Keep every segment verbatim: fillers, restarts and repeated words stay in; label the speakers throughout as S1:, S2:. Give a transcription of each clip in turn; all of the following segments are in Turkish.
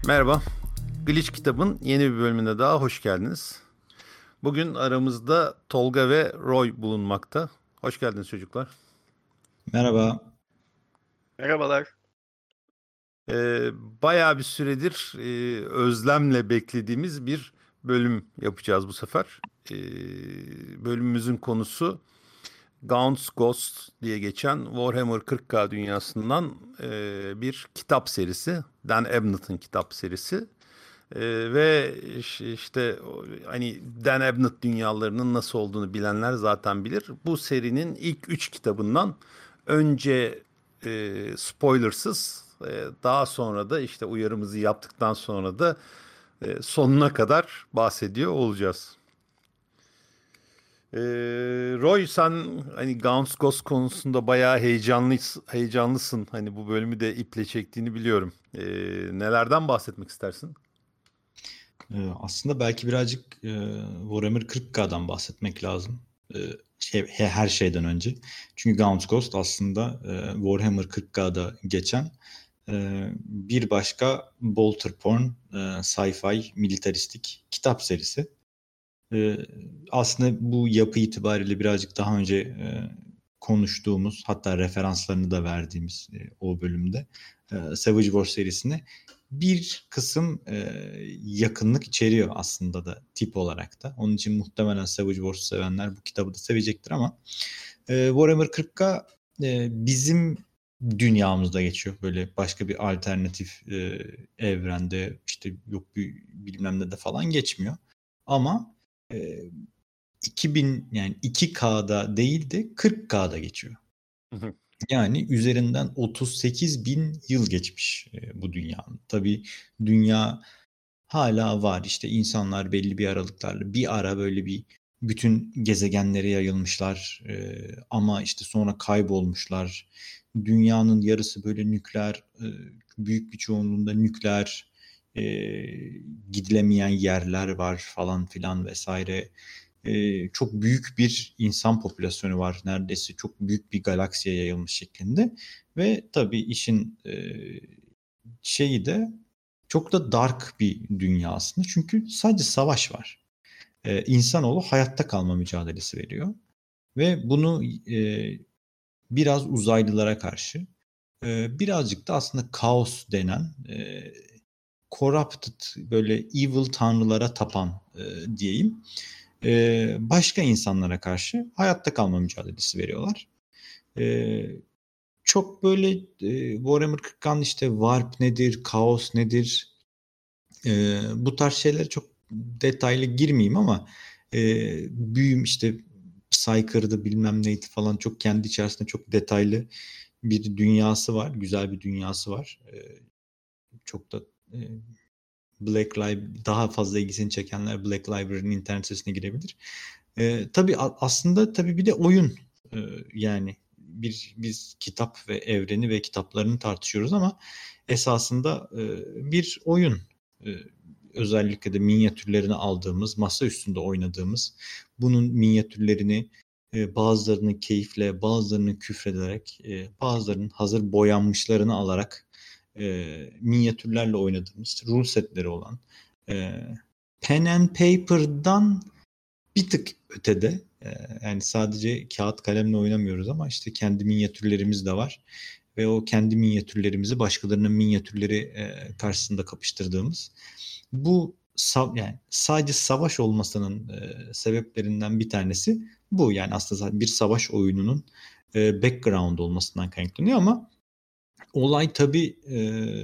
S1: Merhaba. Glitch Kitab'ın yeni bir bölümüne daha hoş geldiniz. Bugün aramızda Tolga ve Roy bulunmakta. Hoş geldiniz çocuklar.
S2: Merhaba.
S3: Merhabalar.
S1: Ee, bayağı bir süredir e, özlemle beklediğimiz bir bölüm yapacağız bu sefer. Ee, bölümümüzün konusu Gaunt's Ghost diye geçen Warhammer kırk K dünyasından e, bir kitap serisi. Dan Abnett'ın kitap serisi. Ee, ve işte hani Dan Abnett dünyalarının nasıl olduğunu bilenler zaten bilir. Bu serinin ilk üç kitabından önce e, spoilersız, e, daha sonra da işte uyarımızı yaptıktan sonra da e, sonuna kadar bahsediyor olacağız. Ee, Roy, sen hani Gaunt's Ghost konusunda bayağı heyecanlı, heyecanlısın. Hani bu bölümü de iple çektiğini biliyorum. Ee, nelerden bahsetmek istersin?
S2: Ee, aslında belki birazcık e, Warhammer kırk K'dan bahsetmek lazım. Ee, şey, he- her şeyden önce. Çünkü Gaunt's Ghost aslında e, Warhammer kırk K'da geçen e, bir başka bolter porn, e, sci-fi, militaristik kitap serisi. E, aslında bu yapı itibariyle birazcık daha önce e, konuştuğumuz, hatta referanslarını da verdiğimiz e, o bölümde e, Savage Wars serisine bir kısım e, yakınlık içeriyor aslında da tip olarak da. Onun için muhtemelen Savage Wars'u sevenler bu kitabı da sevecektir ama e, Warhammer kırk K e, bizim dünyamızda geçiyor. Böyle başka bir alternatif e, evrende işte yok bir bilmem ne de falan geçmiyor. Ama e, iki bin yani iki K'da değil de kırk K'da geçiyor. Yani üzerinden otuz sekiz bin yıl geçmiş e, bu dünyanın. Tabii dünya hala var. İşte insanlar belli bir aralıklarla bir ara böyle bir bütün gezegenlere yayılmışlar. E, ama işte sonra kaybolmuşlar. Dünyanın yarısı böyle nükleer, e, büyük bir çoğunluğunda nükleer e, gidilemeyen yerler var falan filan vesaire. Ee, çok büyük bir insan popülasyonu var. Neredeyse çok büyük bir galaksiye yayılmış şeklinde. Ve tabii işin e, şeyi de çok da dark bir dünya aslında. Çünkü sadece savaş var. Ee, insanoğlu hayatta kalma mücadelesi veriyor. Ve bunu e, biraz uzaylılara karşı, e, birazcık da aslında kaos denen e, corrupted, böyle evil tanrılara tapan e, diyeyim, e, başka insanlara karşı hayatta kalma mücadelesi veriyorlar. E, çok böyle e, Warhammer kırk K'nın işte warp nedir, kaos nedir, e, bu tarz şeylere çok detaylı girmeyeyim ama e, büyüm işte Psyker'dı bilmem neydi falan, çok kendi içerisinde çok detaylı bir dünyası var. Güzel bir dünyası var. E, çok da e, Black Library, daha fazla ilgisini çekenler Black Library'nin internet sitesine girebilir. Ee, tabii aslında tabii bir de oyun, ee, yani bir biz kitap ve evreni ve kitaplarını tartışıyoruz ama esasında e, bir oyun. Ee, özellikle de minyatürlerini aldığımız, masa üstünde oynadığımız, bunun minyatürlerini e, bazılarını keyifle, bazılarını küfrederek, e, bazılarının hazır boyanmışlarını alarak e, minyatürlerle oynadığımız rule setleri olan, e, pen and paper'dan bir tık ötede, e, yani sadece kağıt kalemle oynamıyoruz ama işte kendi minyatürlerimiz de var ve o kendi minyatürlerimizi başkalarının minyatürleri e, karşısında kapıştırdığımız, bu yani sadece savaş olmasının e, sebeplerinden bir tanesi bu. Yani aslında bir savaş oyununun e, background olmasından kaynaklanıyor ama olay tabii e,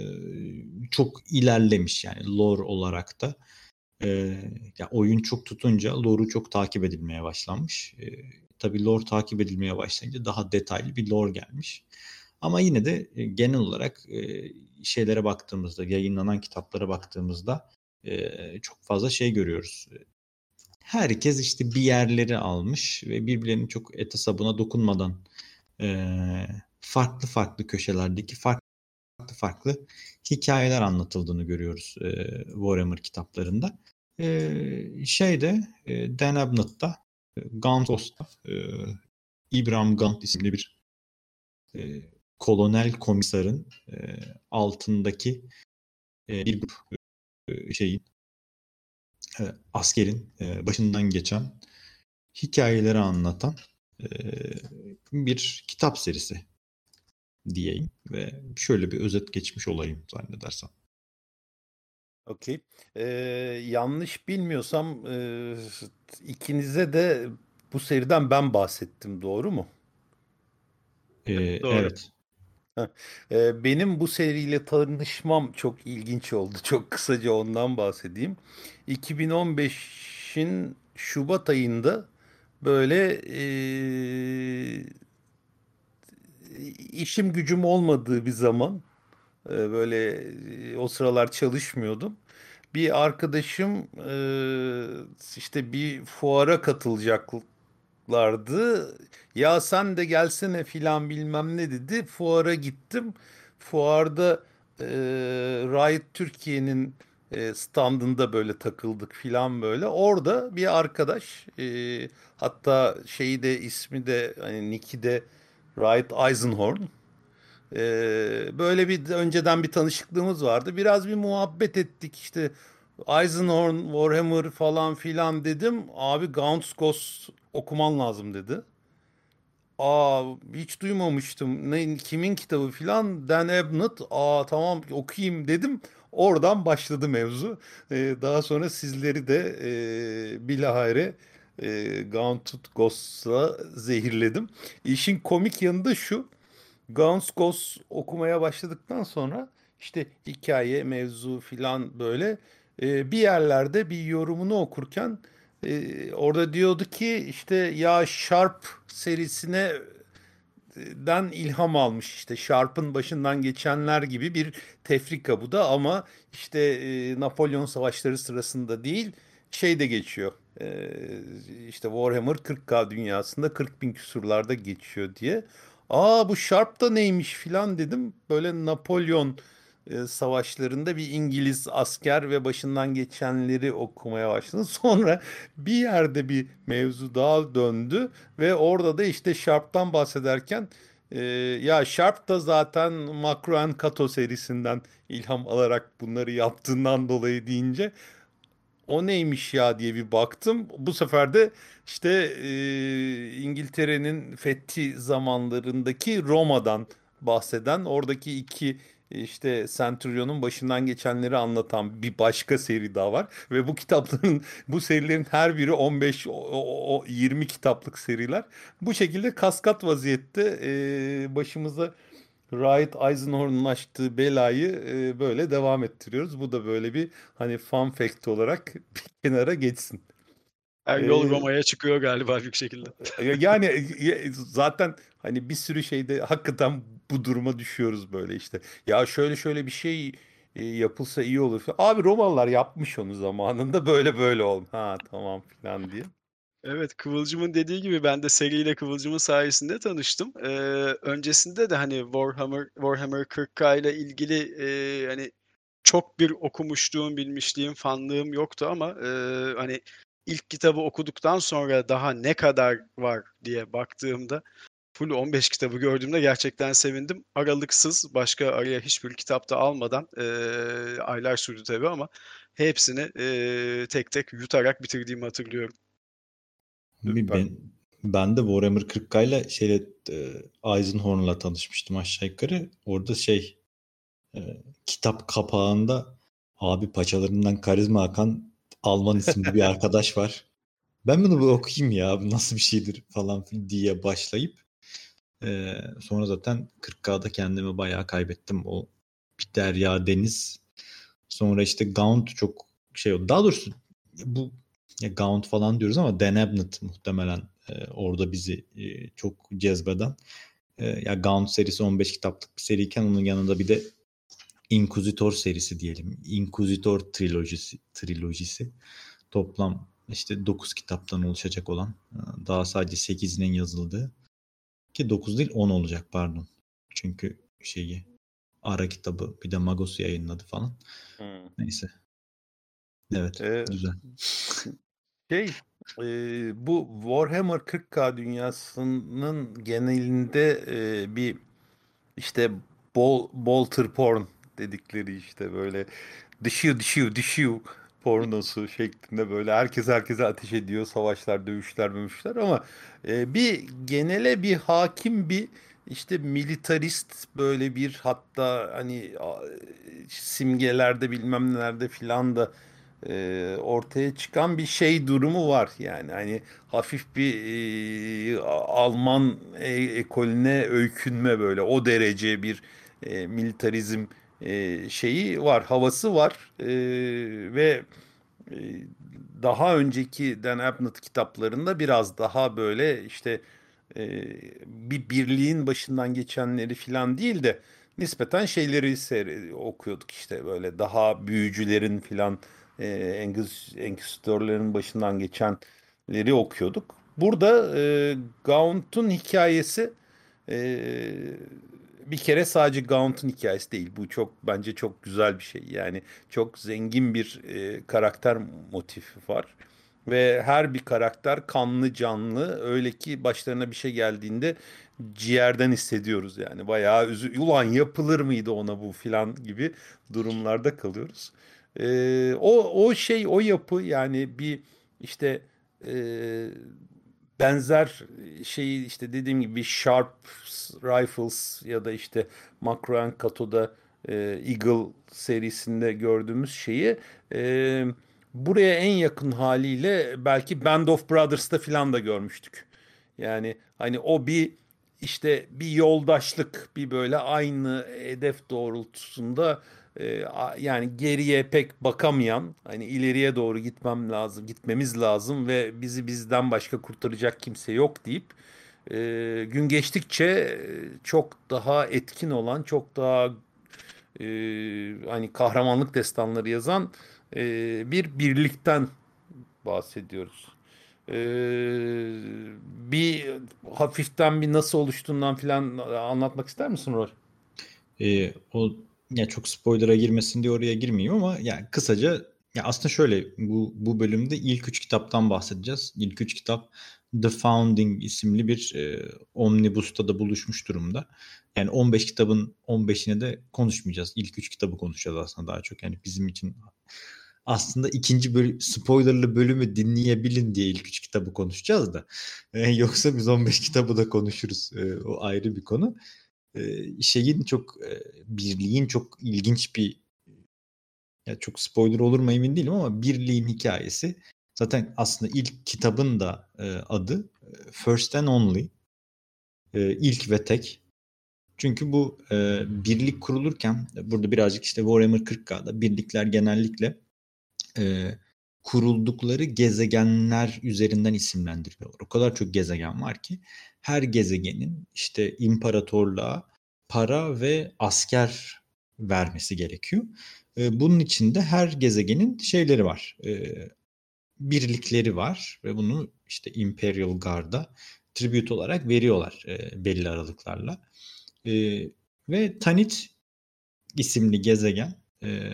S2: çok ilerlemiş yani lore olarak da. E, ya oyun çok tutunca lore'u çok takip edilmeye başlanmış. E, tabii lore takip edilmeye başlayınca daha detaylı bir lore gelmiş. Ama yine de e, genel olarak e, şeylere baktığımızda, yayınlanan kitaplara baktığımızda e, çok fazla şey görüyoruz. Herkes işte bir yerleri almış ve birbirlerinin çok ete sabuna dokunmadan e, farklı farklı köşelerdeki farklı farklı farklı hikayeler anlatıldığını görüyoruz e, Warhammer kitaplarında. E, şeyde e, Dan Abnett'ta, e, Gaunt Ghost'ta, e, Ibrahim Gaunt isimli bir e, kolonel komisarın e, altındaki e, bir grup e, şeyin e, askerin e, başından geçen hikayeleri anlatan e, bir kitap serisi diyeyim ve şöyle bir özet geçmiş olayım zannedersem.
S1: Okey. Ee, yanlış bilmiyorsam e, ikinize de bu seriden ben bahsettim, doğru mu?
S2: E,
S3: Doğru.
S2: evet.
S1: Heh. Ee, benim bu seriyle tanışmam çok ilginç oldu. Çok kısaca ondan bahsedeyim. iki bin on beşin Şubat ayında böyle e, işim gücüm olmadığı bir zaman, e, böyle e, o sıralar çalışmıyordum. Bir arkadaşım e, işte bir fuara katılacaklardı. Ya sen de gelsene filan bilmem ne dedi. Fuara gittim. Fuarda e, Riot Türkiye'nin e, standında böyle takıldık filan böyle. Orada bir arkadaş, e, hatta şeyi de ismi de hani Nick'i de Riot Eisenhorn. Ee, böyle bir önceden bir tanışıklığımız vardı. Biraz bir muhabbet ettik işte. Eisenhorn, Warhammer falan filan dedim. Abi Gaunt's Ghost okuman lazım dedi. Aa, hiç duymamıştım. Ne, kimin kitabı filan? Dan Abnett. Aa, tamam okuyayım dedim. Oradan başladı mevzu. Ee, daha sonra sizleri de e, bilahare e, Gaunt's Ghost'la zehirledim. İşin komik yanı da şu. Guns Ghosts okumaya başladıktan sonra işte hikaye, mevzu filan böyle e, bir yerlerde bir yorumunu okurken e, orada diyordu ki işte ya Sharp serisine den ilham almış, işte Sharp'ın başından geçenler gibi bir tefrika bu da, ama işte e, Napolyon Savaşları sırasında değil, şeyde geçiyor. E, işte Warhammer kırk K dünyasında kırk bin küsurlarda geçiyor diye. Aa, bu Sharp da neymiş filan dedim. Böyle Napolyon e, savaşlarında bir İngiliz asker ve başından geçenleri okumaya başladım. Sonra bir yerde bir mevzu daha döndü ve orada da işte Sharp'tan bahsederken e, ya Sharp da zaten Makro and Kato serisinden ilham alarak bunları yaptığından dolayı deyince o neymiş ya diye bir baktım. Bu sefer de işte e, İngiltere'nin fethi zamanlarındaki Roma'dan bahseden, oradaki iki işte Centurion'un başından geçenleri anlatan bir başka seri daha var. Ve bu kitapların, bu serilerin her biri on beş o- o- o- yirmi kitaplık seriler. Bu şekilde kaskat vaziyette e, başımıza Wright Eisenhower'ın açtığı belayı e, böyle devam ettiriyoruz. Bu da böyle bir hani fun fact olarak bir kenara geçsin.
S3: Her yol
S1: E,
S3: Roma'ya çıkıyor galiba büyük şekilde.
S1: yani e, zaten hani bir sürü şeyde hakikaten bu duruma düşüyoruz böyle işte. Ya şöyle şöyle bir şey e, yapılsa iyi olur. Abi Romalılar yapmış onu zamanında, böyle böyle oldu. Ha tamam filan diye.
S3: Evet, Kıvılcım'ın dediği gibi ben de seriyle Kıvılcım'ın sayesinde tanıştım. Ee, öncesinde de hani Warhammer Warhammer kırk K ile ilgili e, hani çok bir okumuşluğum, bilmişliğim, fanlığım yoktu ama e, hani ilk kitabı okuduktan sonra daha ne kadar var diye baktığımda full on beş kitabı gördüğümde gerçekten sevindim. Aralıksız, başka araya hiçbir kitap da almadan e, aylar sürdü tabii ama hepsini e, tek tek yutarak bitirdiğimi hatırlıyorum.
S2: Bir
S1: Süper.
S2: Ben, ben de Warhammer kırk K ile şeyle e, Eisenhorn'la tanışmıştım aşağı yukarı. Orada şey e, kitap kapağında abi paçalarından karizma akan Alman isimli bir arkadaş var. Ben bunu bir okuyayım ya bu nasıl bir şeydir falan diye başlayıp e, sonra zaten kırk K'da kendimi bayağı kaybettim. O bir derya deniz. Sonra işte Gaunt çok şey oldu. Daha doğrusu bu ya Gaunt falan diyoruz ama Dan Abnett muhtemelen e, orada bizi e, çok cezbeden. E, ya Gaunt serisi on beş kitaplık bir seriyken onun yanında bir de Inquisitor serisi diyelim. Inquisitor trilojisi, trilojisi. Toplam işte dokuz kitaptan oluşacak olan, e, daha sadece sekizinin yazıldığı, ki dokuz değil on olacak pardon. Çünkü şeyi ara kitabı bir de Magos yayınladı falan.
S1: Hmm.
S2: Neyse. Evet,
S1: Ee,
S2: güzel.
S1: Şey, e, bu Warhammer kırk K dünyasının genelinde e, bir işte bol, bolter porn dedikleri işte böyle dışıyor dışıyor dışıyor pornosu şeklinde böyle herkes herkese ateş ediyor. Savaşlar, dövüşler, mövüşler ama e, bir genele bir hakim bir işte militarist böyle bir hatta hani a, simgelerde bilmem nelerde filan da e, ortaya çıkan bir şey durumu var yani hani hafif bir e, Alman e- ekolüne öykünme böyle o derece bir e, militarizm e, şeyi var havası var. E, ve e, daha önceki Dan Abnett kitaplarında biraz daha böyle işte e, bir birliğin başından geçenleri filan değil de nispeten şeyleri seyre- okuyorduk işte böyle daha büyücülerin filan e, Engis- Enküsitörlerin başından geçenleri okuyorduk. Burada e, Gaunt'un hikayesi e, bir kere sadece Gaunt'un hikayesi değil. Bu çok bence çok güzel bir şey. Yani çok zengin bir e, karakter motifi var. Ve her bir karakter kanlı canlı öyle ki başlarına bir şey geldiğinde ciğerden hissediyoruz yani. Bayağı üzü ulan yapılır mıydı ona bu filan gibi durumlarda kalıyoruz. Ee, o o şey o yapı yani bir işte e, benzer şeyi işte dediğim gibi Sharp Rifles ya da işte Makro and Kato'da e, Eagle serisinde gördüğümüz şeyi e, buraya en yakın haliyle belki Band of Brothers'ta filan da görmüştük. Yani hani o bir işte bir yoldaşlık bir böyle aynı hedef doğrultusunda e, a- yani geriye pek bakamayan hani ileriye doğru gitmem lazım gitmemiz lazım ve bizi bizden başka kurtaracak kimse yok deyip e, gün geçtikçe e, çok daha etkin olan çok daha e, hani kahramanlık destanları yazan e, bir birlikten bahsediyoruz. E, bir hafiften bir nasıl oluştuğundan filan anlatmak ister misin Roy?
S2: E, o ya çok spoiler'a girmesin diye oraya girmeyeyim ama yani kısaca ya aslında şöyle bu bu bölümde ilk üç kitaptan bahsedeceğiz. İlk üç kitap The Founding isimli bir e, omnibus'ta da buluşmuş durumda. Yani on beş kitabın on beşini de konuşmayacağız. İlk üç kitabı konuşacağız aslında daha çok. Yani bizim için aslında ikinci bölüm, spoilerlı bölümü dinleyebilin diye ilk üç kitabı konuşacağız da. E, yoksa biz on beş kitabı da konuşuruz. E, o ayrı bir konu. E, şeyin çok e, birliğin çok ilginç bir ya çok spoiler olur mu emin değilim ama birliğin hikayesi zaten aslında ilk kitabın da e, adı e, First and Only e, ilk ve tek. Çünkü bu e, birlik kurulurken burada birazcık işte Warhammer kırk K'da birlikler genellikle e, kuruldukları gezegenler üzerinden isimlendiriliyorlar. O kadar çok gezegen var ki her gezegenin işte imparatorluğa para ve asker vermesi gerekiyor. E, bunun için de her gezegenin şeyleri var. E, birlikleri var ve bunu işte Imperial Guard'a tribute olarak veriyorlar e, belli aralıklarla. E, ve Tanit isimli gezegen e,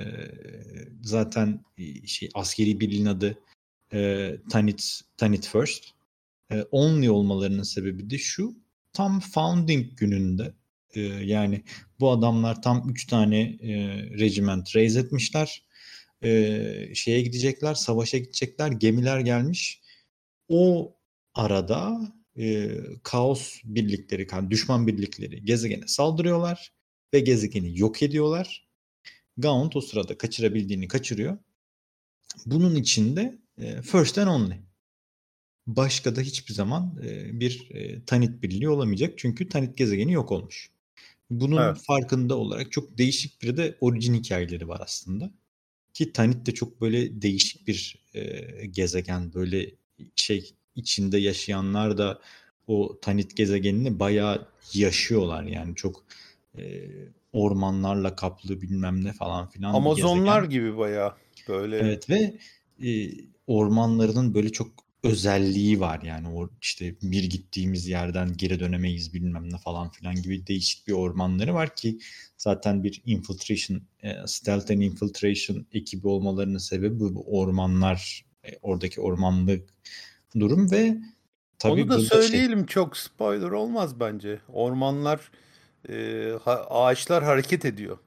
S2: zaten şey askeri birliğin adı e, Tanit Tanit First. E, only olmalarının sebebi de şu. Tam founding gününde e, yani bu adamlar tam üç tane e, regiment raise etmişler. E, şeye gidecekler, savaşa gidecekler. Gemiler gelmiş. O arada e, kaos birlikleri, yani düşman birlikleri gezegene saldırıyorlar ve gezegeni yok ediyorlar. Gaunt o sırada kaçırabildiğini kaçırıyor. Bunun içinde e, first and only. Başka da hiçbir zaman e, bir e, Tanit birliği olamayacak. Çünkü Tanit gezegeni yok olmuş. Bunun
S1: Evet.
S2: farkında olarak çok değişik bir de orijin hikayeleri var aslında. Ki Tanit de çok böyle değişik bir e, gezegen. Böyle şey içinde yaşayanlar da o Tanit gezegenini bayağı yaşıyorlar. Yani çok e, ormanlarla kaplı bilmem ne falan filan bir
S1: Amazonlar
S2: gezegen.
S1: gibi bayağı böyle.
S2: Evet ve e, ormanlarının böyle çok özelliği var yani o işte bir gittiğimiz yerden geri dönemeyiz bilmem ne falan filan gibi değişik bir ormanları var ki zaten bir infiltration, e, stealth and infiltration ekibi olmalarının sebebi bu ormanlar, e, oradaki ormanlık durum ve
S1: Onu
S2: tabii
S1: da
S2: burada şey
S1: söyleyelim çok spoiler olmaz bence. Ormanlar, e, ha- ağaçlar hareket ediyor.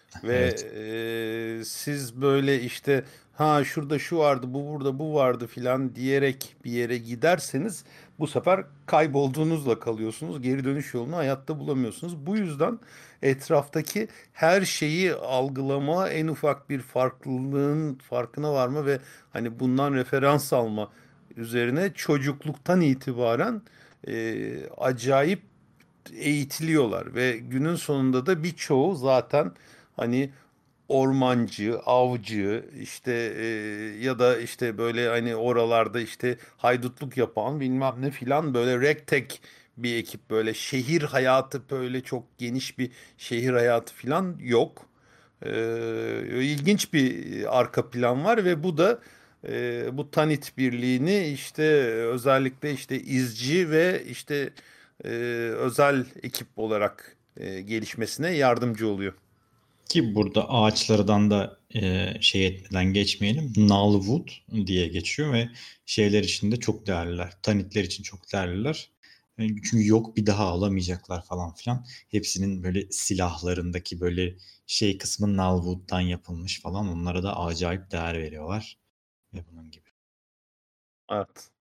S1: Ve
S2: Evet.
S1: e, siz böyle işte ha şurada şu vardı, bu burada bu vardı filan diyerek bir yere giderseniz bu sefer kaybolduğunuzla kalıyorsunuz. Geri dönüş yolunu hayatta bulamıyorsunuz. Bu yüzden etraftaki her şeyi algılama, en ufak bir farklılığın farkına varma ve hani bundan referans alma üzerine çocukluktan itibaren e, acayip eğitiliyorlar ve günün sonunda da birçoğu zaten hani ormancı, avcı işte e, ya da işte böyle hani oralarda işte haydutluk yapan bilmem ne filan böyle ragtag bir ekip, böyle şehir hayatı, böyle çok geniş bir şehir hayatı filan yok. Ee, ilginç bir arka plan var ve bu da e, bu Tanit Birliği'ni işte özellikle işte izci ve işte e, özel ekip olarak e, gelişmesine yardımcı oluyor.
S2: Ki burada ağaçlardan da e, şey etmeden geçmeyelim. Nullwood diye geçiyor ve şeyler için de çok değerliler. Tanitler için çok değerliler. E, Çünkü yok bir daha alamayacaklar falan filan. Hepsinin böyle silahlarındaki böyle şey kısmı Nullwood'dan yapılmış falan. Onlara da acayip değer veriyorlar. Ve bunun gibi.
S1: Evet.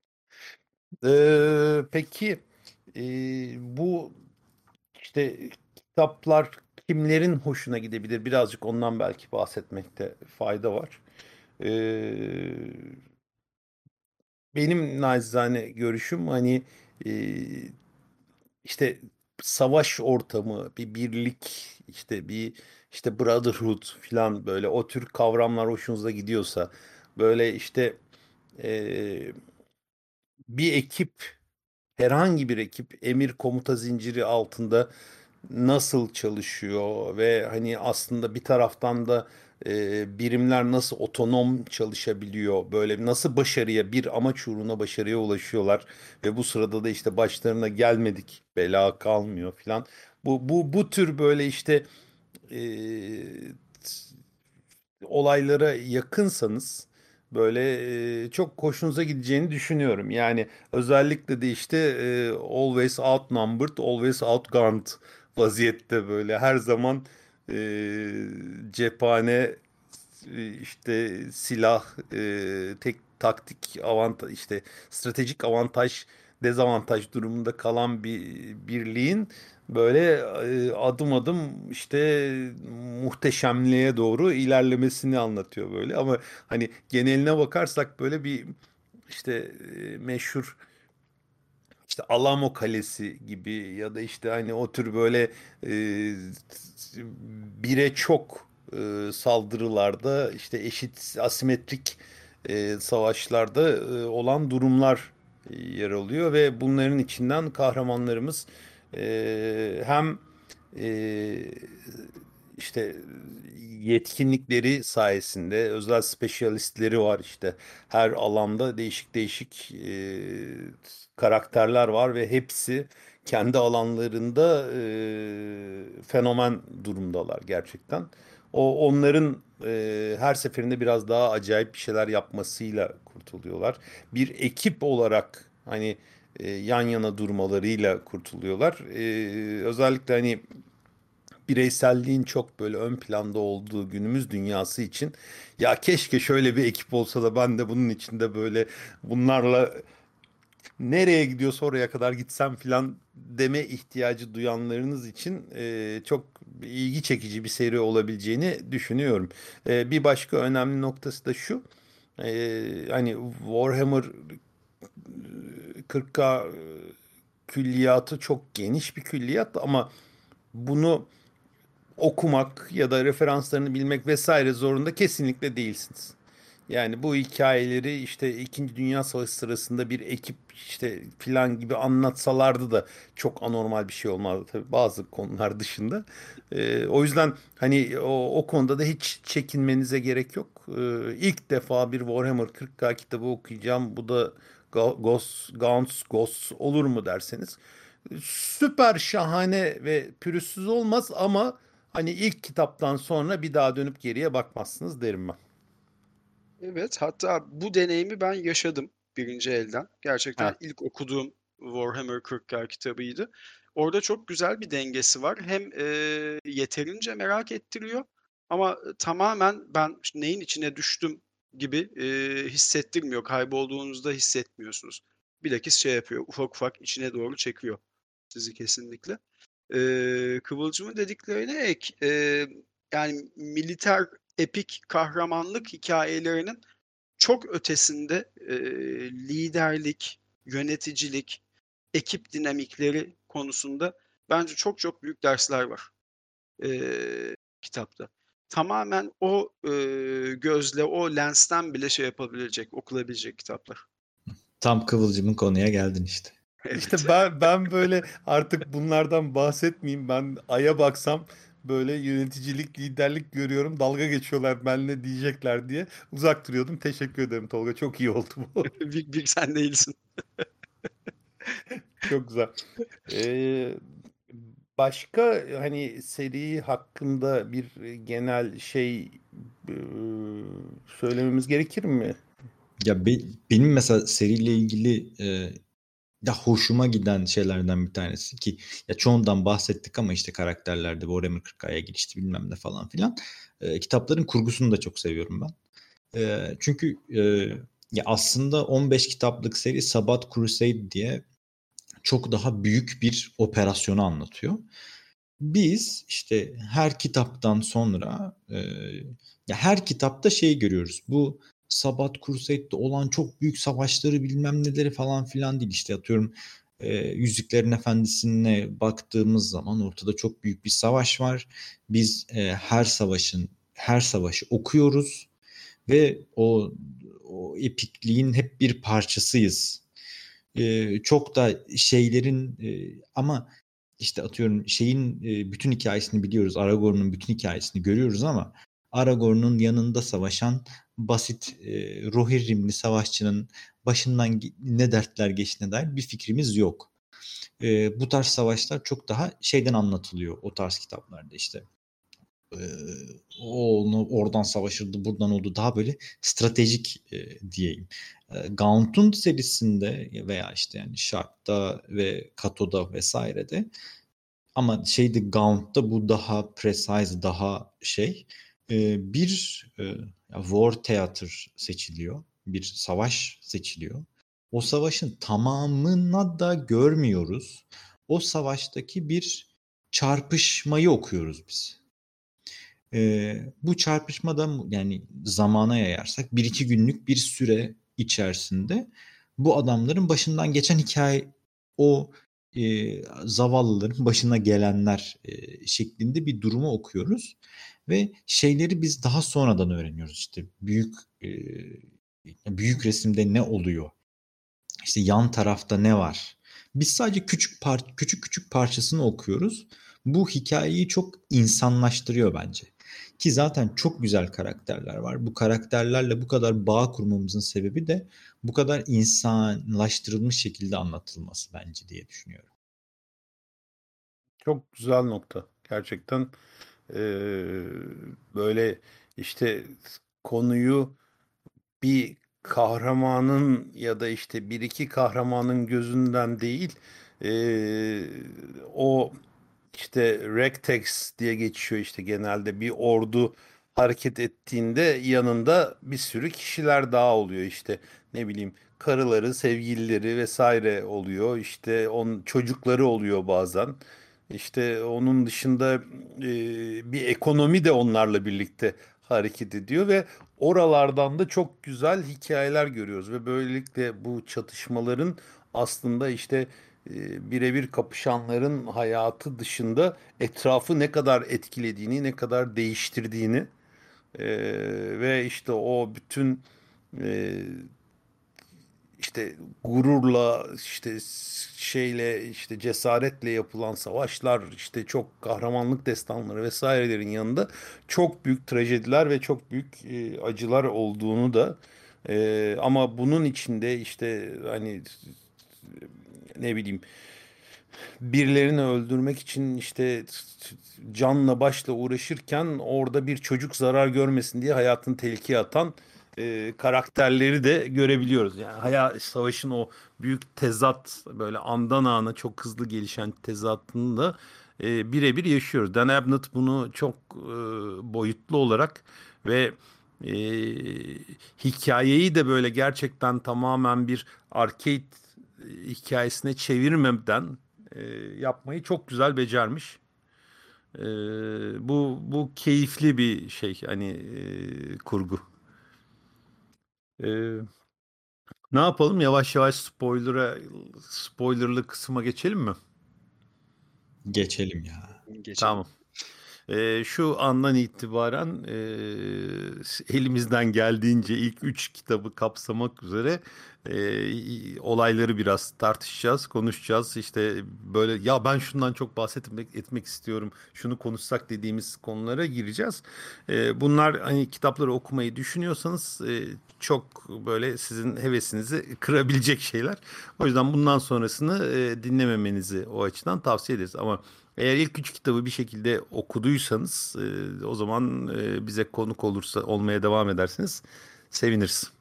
S1: Ee, peki e, bu işte kitaplar kimlerin hoşuna gidebilir? Birazcık ondan belki bahsetmekte fayda var. Ee, benim naçizane görüşüm hani e, işte savaş ortamı, bir birlik, işte bir işte brotherhood falan, böyle o tür kavramlar hoşunuza gidiyorsa, böyle işte e, bir ekip, herhangi bir ekip emir komuta zinciri altında nasıl çalışıyor ve hani aslında bir taraftan da e, birimler nasıl otonom çalışabiliyor, böyle nasıl başarıya, bir amaç uğruna başarıya ulaşıyorlar ve bu sırada da işte başlarına gelmedik bela kalmıyor filan. Bu bu bu tür böyle işte e, olaylara yakınsanız böyle e, çok hoşunuza gideceğini düşünüyorum. Yani özellikle de işte e, always outnumbered, always outgunned vaziyette, böyle her zaman e, cephane, e, işte silah, e, tek taktik avantaj, işte stratejik avantaj dezavantaj durumunda kalan bir birliğin böyle e, adım adım işte muhteşemliğe doğru ilerlemesini anlatıyor böyle. Ama hani geneline bakarsak böyle bir işte e, meşhur işte Alamo Kalesi gibi ya da işte hani o tür böyle e, bire çok e, saldırılarda, işte eşit asimetrik e, savaşlarda e, olan durumlar e, yer alıyor ve bunların içinden kahramanlarımız e, hem e, işte yetkinlikleri sayesinde özel spesyalistleri var, işte her alanda değişik değişik e, karakterler var ve hepsi kendi alanlarında e, fenomen durumdalar gerçekten. O onların e, her seferinde biraz daha acayip bir şeyler yapmasıyla kurtuluyorlar. Bir ekip olarak hani e, yan yana durmalarıyla kurtuluyorlar. E, özellikle hani bireyselliğin çok böyle ön planda olduğu günümüz dünyası için ya keşke şöyle bir ekip olsa da ben de bunun içinde böyle bunlarla nereye gidiyorsa oraya kadar gitsem filan deme ihtiyacı duyanlarınız için e, çok ilgi çekici bir seri olabileceğini düşünüyorum. E, bir başka önemli noktası da şu. E, hani Warhammer kırk K külliyatı çok geniş bir külliyat ama bunu okumak ya da referanslarını bilmek vesaire zorunda kesinlikle değilsiniz. Yani bu hikayeleri işte İkinci Dünya Savaşı sırasında bir ekip işte filan gibi anlatsalardı da çok anormal bir şey olmazdı tabii bazı konular dışında. Ee, o yüzden hani o, o konuda da hiç çekinmenize gerek yok. Ee, ilk defa bir Warhammer kırk K kitabı okuyacağım, bu da Ga- Ghost, Gaunt's Ghosts olur mu derseniz, süper şahane ve pürüzsüz olmaz ama hani ilk kitaptan sonra bir daha dönüp geriye bakmazsınız derim ben.
S3: Evet, hatta bu deneyimi ben yaşadım birinci elden. Gerçekten
S1: Evet.
S3: ilk okuduğum Warhammer kırk K kitabıydı. orada çok güzel bir dengesi var. Hem, eee, yeterince merak ettiriyor ama, ııı, tamamen ben ş neyin içine düştüm gibi, eee, hissettirmiyor. Kaybolduğunuzda hissetmiyorsunuz. Bilakis şey yapıyor, ufak ufak içine doğru çekiyor sizi kesinlikle. Eee, Kıvılcım'ın dediklerine ek, eee, yani militer, epik kahramanlık hikâyelerinin çok ötesinde, eee, liderlik, yöneticilik, ekip dinamikleri konusunda bence çok çok büyük dersler var, eee, kitapta. Tamamen o, eee, gözle, o lensten bile şey yapılabilecek, okulabilecek kitaplar.
S2: Tam Kıvılcım'ın konuya geldin işte.
S3: Evet.
S1: İşte ben ben böyle artık bunlardan bahsetmeyeyim. Ben Ay'a baksam böyle yöneticilik, liderlik görüyorum. Dalga geçiyorlar benimle diyecekler diye uzak duruyordum. Teşekkür ederim Tolga. Çok iyi oldu bu.
S3: Bir bir sen değilsin.
S1: Çok güzel. Ee, başka hani seri hakkında bir genel şey e, söylememiz gerekir mi?
S2: Ya be- benim mesela seriyle ilgili e, ya hoşuma giden şeylerden bir tanesi ki ya çoğundan bahsettik ama işte karakterlerde Warhammer kırk A'ya girişti bilmem ne falan filan. E, kitapların kurgusunu da çok seviyorum ben. E, çünkü e, ya aslında on beş kitaplık seri Sabbath Crusade diye çok daha büyük bir operasyonu anlatıyor. Biz işte her kitaptan sonra e, ya her kitapta şey görüyoruz. Bu Sabbath Crusade'de olan çok büyük savaşları bilmem neleri falan filan değil. İşte atıyorum e, Yüzüklerin Efendisi'ne baktığımız zaman ortada çok büyük bir savaş var. Biz e, her savaşın her savaşı okuyoruz ve o o epikliğin hep bir parçasıyız. E, çok da şeylerin e, ama işte atıyorum şeyin e, bütün hikayesini biliyoruz. Aragorn'un bütün hikayesini görüyoruz ama Aragorn'un yanında savaşan basit e, Rohirrimli savaşçının başından ne dertler geçtiğine dair bir fikrimiz yok. E, bu tarz savaşlar çok daha şeyden anlatılıyor o tarz kitaplarda işte. E, o onu oradan savaşırdı, buradan oldu. Daha böyle stratejik e, diyeyim. E, Gaunt'un serisinde veya işte yani Shark'ta ve Kato'da vesairede ama şeyde Gaunt'ta bu daha precise, daha şey e, bir e, war theater seçiliyor. Bir savaş seçiliyor. O savaşın tamamına da görmüyoruz. O savaştaki bir çarpışmayı okuyoruz biz. E, bu çarpışmada yani zamana yayarsak bir iki günlük bir süre içerisinde bu adamların başından geçen hikaye o e, zavallıların başına gelenler e, şeklinde bir durumu okuyoruz ve şeyleri biz daha sonradan öğreniyoruz işte büyük e, büyük resimde ne oluyor işte yan tarafta ne var biz sadece küçük par küçük küçük parçasını okuyoruz bu hikayeyi çok insanlaştırıyor bence ki zaten çok güzel karakterler var bu karakterlerle bu kadar bağ kurmamızın sebebi de bu kadar insanlaştırılmış şekilde anlatılması bence diye düşünüyorum.
S1: Çok güzel nokta. Gerçekten eee, böyle işte konuyu bir kahramanın ya da işte bir iki kahramanın gözünden değil eee, o işte Rectex diye geçiyor işte genelde bir ordu hareket ettiğinde yanında bir sürü kişiler daha oluyor işte ne bileyim karıları, sevgilileri vesaire oluyor işte onun çocukları oluyor bazen. İşte onun dışında e, bir ekonomi de onlarla birlikte hareket ediyor ve oralardan da çok güzel hikayeler görüyoruz ve böylelikle bu çatışmaların aslında işte e, birebir kapışanların hayatı dışında etrafı ne kadar etkilediğini, ne kadar değiştirdiğini e, ve işte o bütün e, işte gururla işte şeyle işte cesaretle yapılan savaşlar işte çok kahramanlık destanları vesairelerin yanında çok büyük trajediler ve çok büyük e, acılar olduğunu da e, ama bunun içinde işte hani ne bileyim birilerini öldürmek için işte canla başla uğraşırken orada bir çocuk zarar görmesin diye hayatını tehlikeye atan e, karakterleri de görebiliyoruz. Yani Hayal Savaş'ın o büyük tezat, böyle andan ana çok hızlı gelişen tezatını da e, birebir yaşıyoruz. Dan Abnett bunu çok e, boyutlu olarak ve e, hikayeyi de böyle gerçekten tamamen bir arcade e, hikayesine çevirmeden e, yapmayı çok güzel becermiş. E, bu bu keyifli bir şey, hani e, kurgu. E, Ne yapalım? Yavaş yavaş spoiler'a spoilerlı kısma geçelim mi?
S2: Geçelim ya.
S3: Geçelim.
S1: Tamam. Ee, şu andan itibaren e, elimizden geldiğince ilk üç kitabı kapsamak üzere e, olayları biraz tartışacağız, konuşacağız. İşte böyle, ya ben şundan çok bahsetmek etmek istiyorum, şunu konuşsak dediğimiz konulara gireceğiz. E, bunlar, hani kitapları okumayı düşünüyorsanız e, çok böyle sizin hevesinizi kırabilecek şeyler. O yüzden bundan sonrasını e, dinlememenizi o açıdan tavsiye ederiz. Ama eğer ilk üç kitabı bir şekilde okuduysanız e, o zaman e, bize konuk olursa olmaya devam ederseniz seviniriz.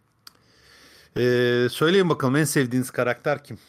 S1: E, söyleyin bakalım, en sevdiğiniz karakter kim?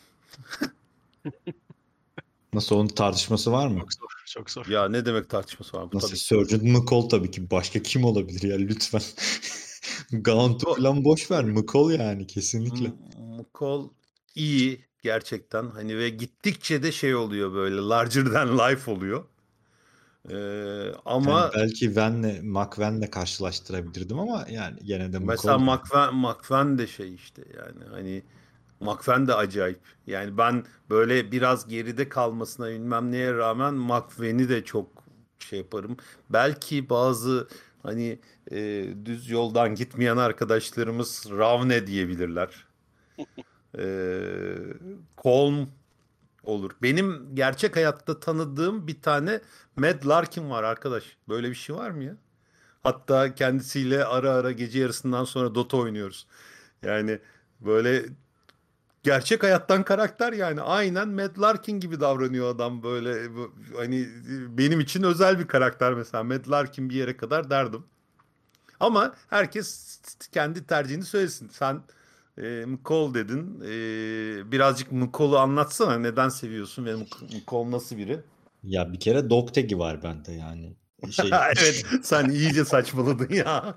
S2: Nasıl, onun tartışması var mı?
S3: Çok zor. Çok zor.
S1: Ya ne demek tartışması var bu,
S2: Nasıl,
S1: tabii.
S2: Surgeon McCall tabii ki. Başka kim olabilir ya, lütfen. Gaunt'u
S1: Bu-
S2: falan boş ver. McCall yani, kesinlikle.
S1: M- McCall iyi gerçekten, hani ve gittikçe de şey oluyor, böyle larger than life oluyor. E,
S2: Yani
S1: ama
S2: belki Van'le, McVan'le karşılaştırabilirdim ama yani gene de
S1: mesela
S2: McCall yani.
S1: McFan, McFan de şey işte, yani hani McFan de acayip. Yani ben böyle biraz geride kalmasına bilmem neye rağmen McFan'i de çok şey yaparım. Belki bazı hani e, düz yoldan gitmeyen arkadaşlarımız Ravne diyebilirler. E, Colm olur. Benim gerçek hayatta tanıdığım bir tane Mad Larkin var arkadaş. Böyle bir şey var mı ya? Hatta kendisiyle ara ara gece yarısından sonra Dota oynuyoruz. Yani böyle gerçek hayattan karakter, yani aynen Matt Larkin gibi davranıyor adam, böyle bu- hani benim için özel bir karakter. Mesela Matt Larkin bir yere kadar derdim. Ama herkes kendi tercihini söylesin. Sen e, McCall dedin. E, birazcık McCall'u anlatsana. Neden seviyorsun ve McCall nasıl biri?
S2: Ya bir kere dog tag'i var bende yani. Şey
S1: Evet, sen iyice saçmaladın ya.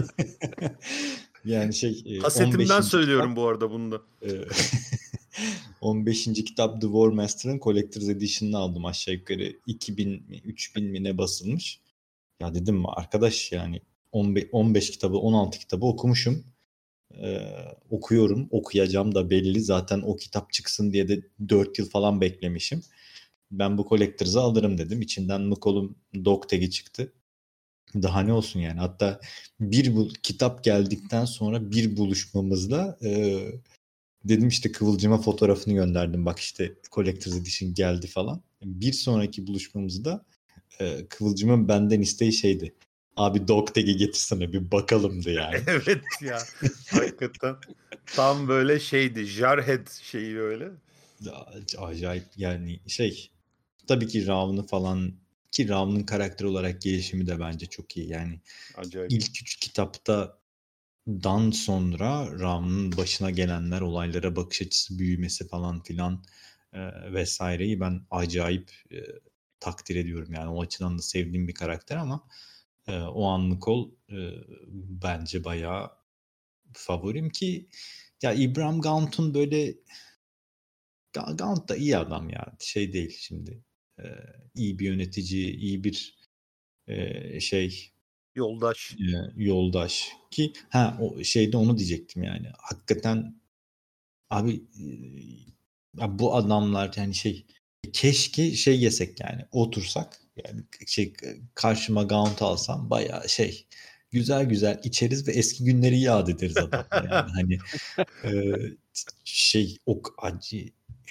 S2: yani şey e,
S1: Hasetimden
S2: on beşinci
S1: söylüyorum
S2: kitap
S1: bu arada bunu da.
S2: e, on beşinci kitap The War Master'ın Collector's Edition'ını aldım, aşağı yukarı iki bin mi üç bin mi ne basılmış. Ya dedim arkadaş, yani on beş, on beş kitabı, on altı kitabı okumuşum. Ee, okuyorum, okuyacağım da belli. Zaten o kitap çıksın diye de dört yıl falan beklemişim. Ben bu Collectors'ı alırım dedim. İçinden McCall'un Dog Tag'i çıktı. Daha ne olsun yani. Hatta bir bu kitap geldikten sonra bir buluşmamızda e, dedim işte, Kıvılcım'a fotoğrafını gönderdim. Bak işte Collector's Edition geldi falan. Bir sonraki buluşmamızda e, Kıvılcım'ın benden isteği şeydi. Abi Dog Tag'i getirsene bir bakalımdı yani.
S1: Evet ya, hakikaten tam böyle şeydi, Jarhead şeyi böyle.
S2: Acayip yani şey, tabii ki Ravn'ı falan, ki Ravn'ın karakter olarak gelişimi de bence çok iyi. Yani
S1: Acayip.
S2: ilk üç kitapta dan sonra Ravn'ın başına gelenler, olaylara bakış açısı, büyümesi falan filan e, vesaireyi ben acayip e, takdir ediyorum. Yani o açıdan da sevdiğim bir karakter ama e, o anlık ol e, bence bayağı favorim. Ki ya İbrahim Gaunt'un böyle, Ga- Gaunt da iyi adam ya, şey değil şimdi. E, iyi bir yönetici, iyi bir e, şey
S1: Yoldaş.
S2: e, yoldaş. Ki ha, o şeyde onu diyecektim yani. Hakikaten abi e, ya bu adamlar yani şey, keşke şey yesek yani, otursak yani, şey, karşıma Gaunt alsam bayağı şey, güzel güzel içeriz ve eski günleri yad ederiz adamla yani. Hani e, şey, o acı,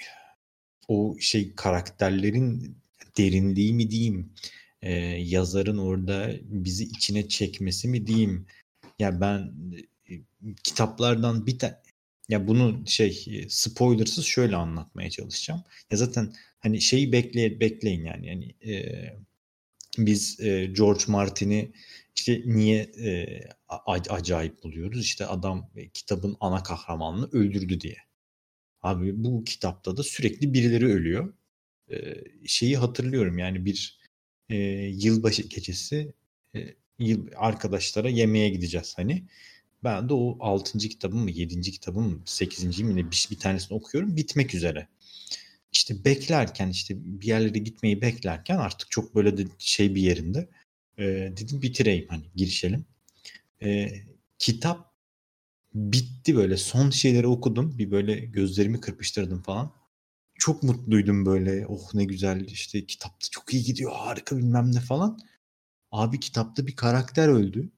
S2: o şey karakterlerin derinliği mi diyeyim, e, yazarın orada bizi içine çekmesi mi diyeyim. Ya ben e, kitaplardan bir tane, ya bunu şey e, spoilersız şöyle anlatmaya çalışacağım. Ya zaten hani şeyi bekle bekleyin yani, yani e, biz e, George Martin'i İşte niye e, a- acayip buluyoruz? İşte adam e, kitabın ana kahramanını öldürdü diye. Abi bu kitapta da sürekli birileri ölüyor. E, şeyi hatırlıyorum yani bir e, yılbaşı gecesi e, yıl arkadaşlara yemeğe gideceğiz hani. Ben de o altıncı kitabım mı yedinci kitabım mı sekizinci mi ne bir, bir tanesini okuyorum bitmek üzere. İşte beklerken işte bir yerlere gitmeyi beklerken artık çok böyle de şey bir yerinde e, dedim bitireyim hani girişelim. E, kitap bitti böyle son şeyleri okudum bir böyle gözlerimi kırpıştırdım falan. Çok mutluydum böyle oh ne güzel işte kitapta çok iyi gidiyor harika bilmem ne falan. Abi kitapta bir karakter öldü.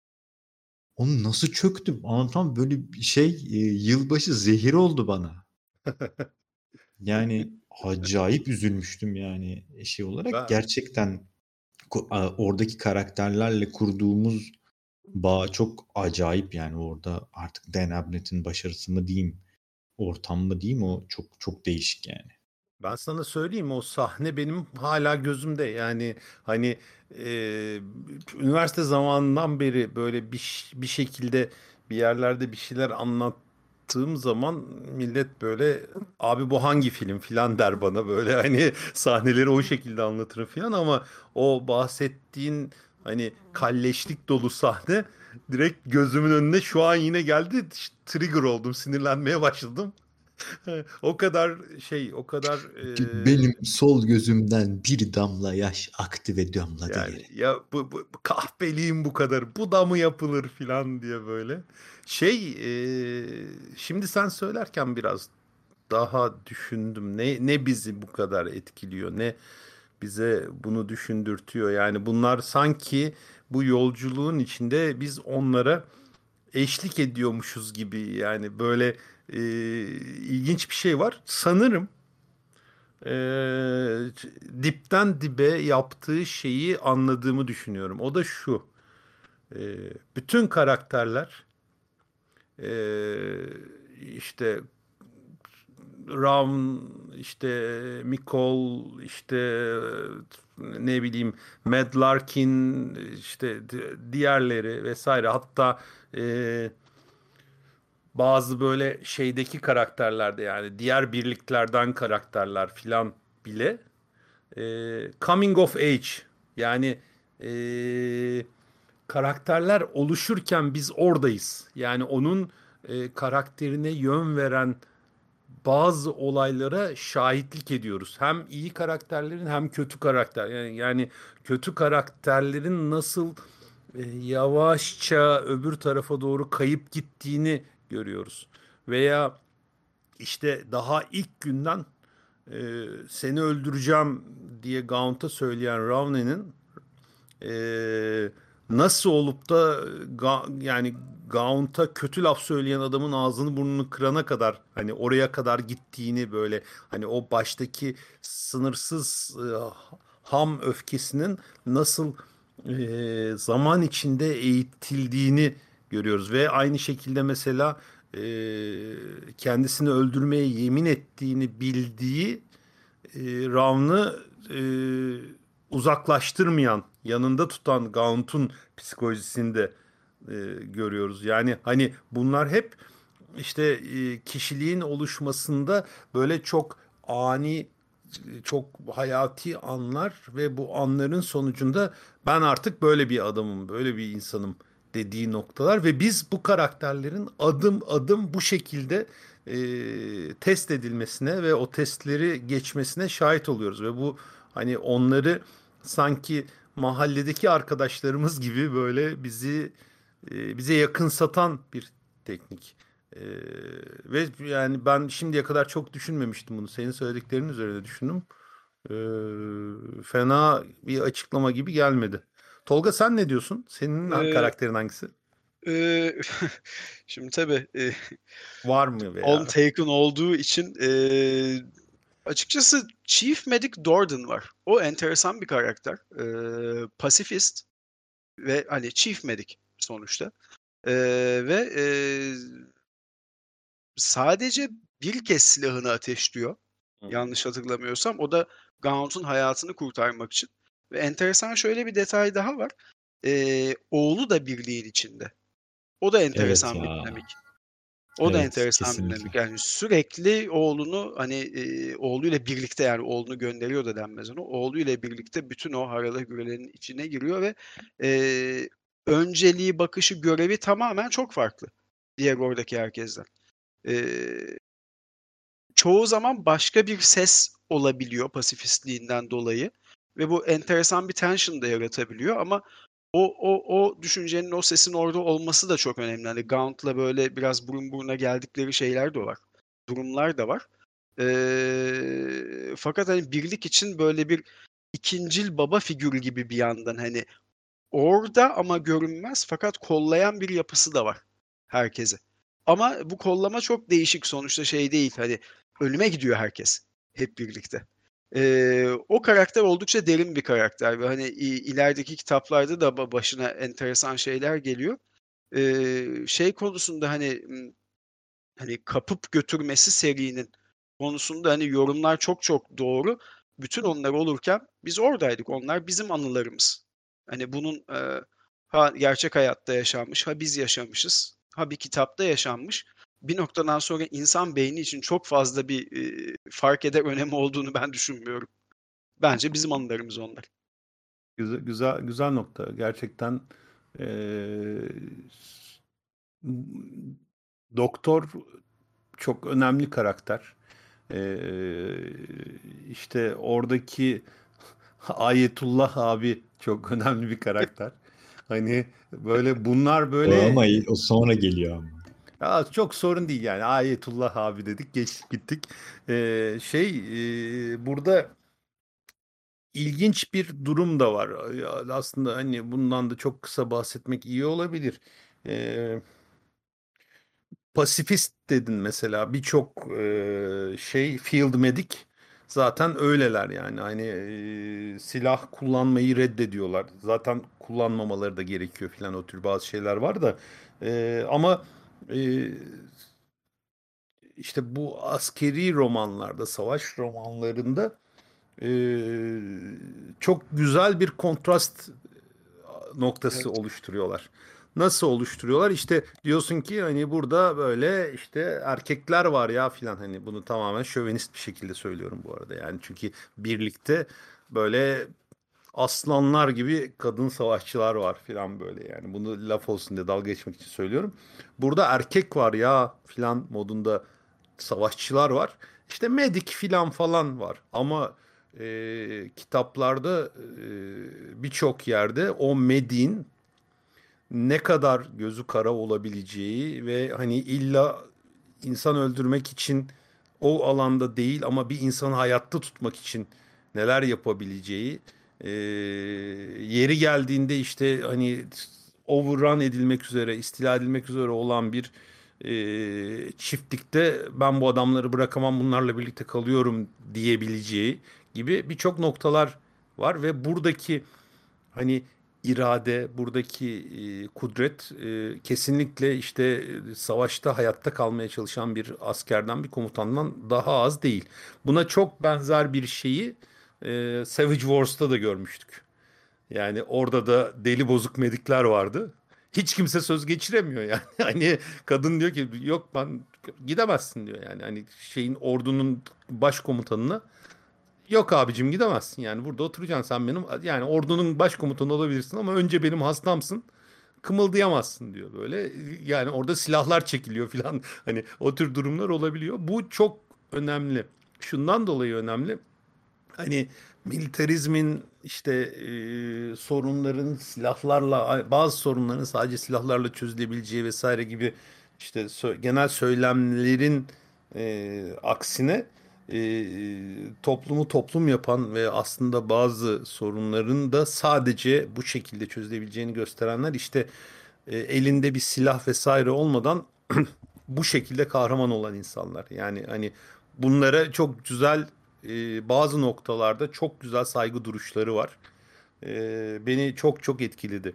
S2: Onu nasıl çöktüm anlatamam böyle bir şey e, yılbaşı zehir oldu bana. Yani acayip üzülmüştüm yani şey olarak.
S1: Ben
S2: Gerçekten ku- a- oradaki karakterlerle kurduğumuz bağ çok acayip yani orada artık Dan Abnett'in başarısı mı diyeyim, ortam mı diyeyim o çok çok değişik yani.
S1: Ben sana söyleyeyim o sahne benim hala gözümde yani hani e, üniversite zamanından beri böyle bir, ş- bir şekilde bir yerlerde bir şeyler anlattığım zaman millet böyle abi bu hangi film filan der bana böyle hani sahneleri o şekilde anlatırım filan ama o bahsettiğin hani kalleşlik dolu sahne direkt gözümün önüne şu an yine geldi trigger oldum sinirlenmeye başladım. O kadar şey, o kadar
S2: Benim
S1: e,
S2: sol gözümden bir damla yaş aktı ve damladı
S1: yani
S2: yere.
S1: ya bu, bu, bu kahpeliğin bu kadar, bu da mı yapılır filan diye böyle. Şey, e, şimdi sen söylerken biraz daha düşündüm. Ne ne bizi bu kadar etkiliyor, ne bize bunu düşündürtüyor. Yani bunlar sanki bu yolculuğun içinde biz onlara eşlik ediyormuşuz gibi. Yani böyle e, ilginç bir şey var. Sanırım e, dipten dibe yaptığı şeyi anladığımı düşünüyorum. O da şu. e, bütün karakterler e, işte Ravn, işte Mikol, işte ne bileyim Mad Larkin, işte di- diğerleri vesaire. Hatta e, bazı böyle şeydeki karakterlerde yani diğer birliklerden karakterler filan bile e, coming of age yani e, karakterler oluşurken biz oradayız. Yani onun e, karakterine yön veren bazı olaylara şahitlik ediyoruz. Hem iyi karakterlerin hem kötü karakter. Yani, yani kötü karakterlerin nasıl e, yavaşça öbür tarafa doğru kayıp gittiğini görüyoruz. Veya işte daha ilk günden e, seni öldüreceğim diye Gaunt'a söyleyen Ravne'nin e, nasıl olup da ga- yani Gaunt'a kötü laf söyleyen adamın ağzını burnunu kırana kadar hani oraya kadar gittiğini böyle hani o baştaki sınırsız e, ham öfkesinin nasıl e, zaman içinde eğitildiğini görüyoruz ve aynı şekilde mesela e, kendisini öldürmeye yemin ettiğini bildiği e, Ravn'ı e, uzaklaştırmayan, yanında tutan Gaunt'un psikolojisini de e, görüyoruz. Yani hani bunlar hep işte e, kişiliğin oluşmasında böyle çok ani, çok hayati anlar ve bu anların sonucunda ben artık böyle bir adamım, böyle bir insanım dediği noktalar ve biz bu karakterlerin adım adım bu şekilde e, test edilmesine ve o testleri geçmesine şahit oluyoruz ve bu hani onları sanki mahalledeki arkadaşlarımız gibi böyle bizi e, bize yakınsatan bir teknik. E, ve yani ben şimdiye kadar çok düşünmemiştim bunu. Senin söylediklerinin üzerine düşündüm. E, fena bir açıklama gibi gelmedi. Tolga sen ne diyorsun? Senin ha-
S3: E,
S1: karakterin hangisi?
S3: e, Şimdi tabii e,
S1: Var mı
S3: On
S1: veya?
S3: Taken olduğu için e, açıkçası Chief Medic Dorden var. O enteresan bir karakter. E, pasifist ve hani Chief Medic sonuçta. E, ve e, sadece bir kez silahını ateşliyor. Yanlış hatırlamıyorsam. O da Gaunt'un hayatını kurtarmak için. Ve enteresan şöyle bir detay daha var. eee, oğlu da birliğin içinde. O da
S2: Evet
S3: enteresan bir
S2: ya.
S3: dinamik. O da
S2: Evet,
S3: enteresan bir
S2: kesinlikle.
S3: dinamik. Yani sürekli oğlunu, hani, eee, oğluyla birlikte, yani oğlunu gönderiyor da denmez ona. Oğluyla birlikte bütün o harala gürelenin içine giriyor ve, eee, önceliği, bakışı, görevi tamamen çok farklı diğer oradaki herkesten. Eee, çoğu zaman başka bir ses olabiliyor pasifistliğinden dolayı ve bu enteresan bir tension da yaratabiliyor ama o o o düşüncenin, o sesin orada olması da çok önemli. Hani Gaunt'la böyle biraz burun buruna geldikleri şeyler de var, durumlar da var. Eee, fakat, hani, birlik için böyle bir ikincil baba figürü gibi bir yandan, hani, orada ama görünmez fakat kollayan bir yapısı da var herkesi. Ama bu kollama çok değişik. Sonuçta şey değil, hani, ölüme gidiyor herkes hep birlikte. Eee, o karakter oldukça derin bir karakter ve, hani, i ilerideki kitaplarda da ba başına enteresan şeyler geliyor. Eee, şey konusunda, hani, ımm, hani, kapıp götürmesi serinin konusunda, hani, yorumlar çok çok doğru. Bütün onlar olurken biz oradaydık. Onlar bizim anılarımız. Hani, bunun, eee, ha gerçek hayatta yaşanmış, ha biz yaşamışız, ha bir kitapta yaşanmış. Bir noktadan sonra insan beyni için çok fazla bir, eee, fark eder önemi olduğunu ben düşünmüyorum. Bence bizim anılarımız onlar.
S1: Güzel, güzel, güzel nokta. Gerçekten eee, doktor çok önemli karakter. Eee işte oradaki Ayetullah abi çok önemli bir karakter. Hani böyle bunlar
S2: O
S1: böyle
S2: ama o sonra geliyor ama.
S1: ya çok sorun değil yani. Ayetullah abi dedik, geçtik gittik. Eee, şey eee, burada ilginç bir durum da var. Ya aslında hani bundan da çok kısa bahsetmek iyi olabilir. Eee, pasifist dedin mesela birçok eee, şey field medic zaten öyleler yani hani eee, silah kullanmayı reddediyorlar. Zaten kullanmamaları da gerekiyor filan o tür bazı şeyler var da Eee, ama eee, işte bu askeri romanlarda, savaş romanlarında eee, çok güzel bir kontrast noktası
S3: Evet,
S1: oluşturuyorlar. Nasıl oluşturuyorlar? İşte diyorsun ki hani burada böyle işte erkekler var ya filan hani bunu tamamen şövenist bir şekilde söylüyorum bu arada. Yani çünkü birlikte böyle aslanlar gibi kadın savaşçılar var filan böyle yani. Bunu laf olsun diye dalga geçmek için söylüyorum. Burada erkek var ya filan modunda savaşçılar var. İşte medik filan falan var. Ama e, kitaplarda e, birçok yerde o medin ne kadar gözü kara olabileceği ve hani illa insan öldürmek için o alanda değil ama bir insanı hayatta tutmak için neler yapabileceği e, yeri geldiğinde işte hani overrun edilmek üzere istila edilmek üzere olan bir e, çiftlikte ben bu adamları bırakamam bunlarla birlikte kalıyorum diyebileceği gibi birçok noktalar var ve buradaki hani irade, buradaki e, kudret e, kesinlikle işte e, savaşta hayatta kalmaya çalışan bir askerden, bir komutandan daha az değil. Buna çok benzer bir şeyi e, Savage Wars'ta da görmüştük. Yani orada da deli bozuk medikler vardı. Hiç kimse söz geçiremiyor yani. Hani kadın diyor ki yok ben gidemezsin diyor yani. Hani şeyin ordunun başkomutanına yok abicim gidemezsin yani burada oturacaksın sen benim yani ordunun başkomutanı olabilirsin ama önce benim hastamsın kımıldayamazsın diyor böyle yani orada silahlar çekiliyor filan hani o tür durumlar olabiliyor. Bu çok önemli. Şundan dolayı önemli. Hani militarizmin işte e, sorunların silahlarla bazı sorunların sadece silahlarla çözülebileceği vesaire gibi işte sö- genel söylemlerin e, aksine e, toplumu toplum yapan ve aslında bazı sorunların da sadece bu şekilde çözülebileceğini gösterenler işte e, elinde bir silah vesaire olmadan bu şekilde kahraman olan insanlar. Yani hani bunlara çok güzel e, bazı noktalarda çok güzel saygı duruşları var. E, beni çok çok etkiledi.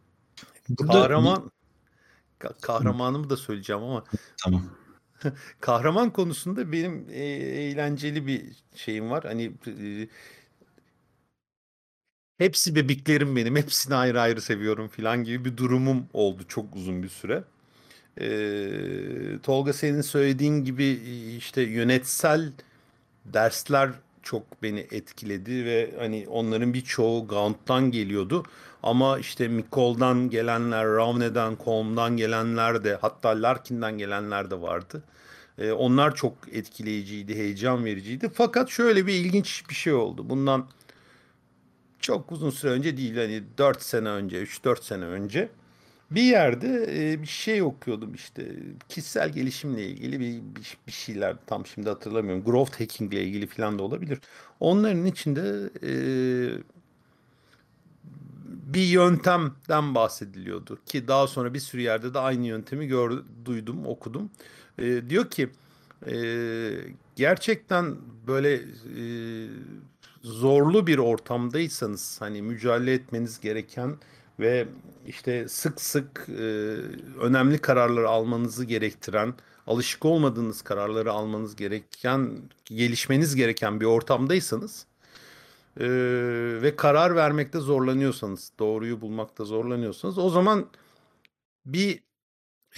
S2: Burada bir
S1: Kahraman ka- kahramanımı da söyleyeceğim ama
S2: tamam.
S1: kahraman konusunda benim e, eğlenceli bir şeyim var. Hani e, hepsi bebeklerim benim, hepsini ayrı ayrı seviyorum falan gibi bir durumum oldu çok uzun bir süre. Ee, Tolga, senin söylediğin gibi işte yönetsel dersler çok beni etkiledi ve hani onların birçoğu Gaunt'tan geliyordu. Ama işte Mikol'dan gelenler, Ravne'den, Colm'dan gelenler de, hatta Larkin'den gelenler de vardı. Ee, onlar çok etkileyiciydi, heyecan vericiydi. Fakat şöyle bir ilginç bir şey oldu. Bundan çok uzun süre önce değil, hani dört sene önce, üç dört sene önce bir yerde e, bir şey okuyordum işte. Kişisel gelişimle ilgili bir, bir, bir şeyler, tam şimdi hatırlamıyorum. Growth hacking ile ilgili falan da olabilir. Onların içinde e, bir yöntemden bahsediliyordu ki daha sonra bir sürü yerde de aynı yöntemi gör, duydum, okudum. E, diyor ki e, gerçekten böyle e, zorlu bir ortamdaysanız, hani mücadele etmeniz gereken ve işte sık sık e, önemli kararları almanızı gerektiren, alışık olmadığınız kararları almanız gereken, gelişmeniz gereken bir ortamdaysanız e, ve karar vermekte zorlanıyorsanız, doğruyu bulmakta zorlanıyorsanız, o zaman bir e,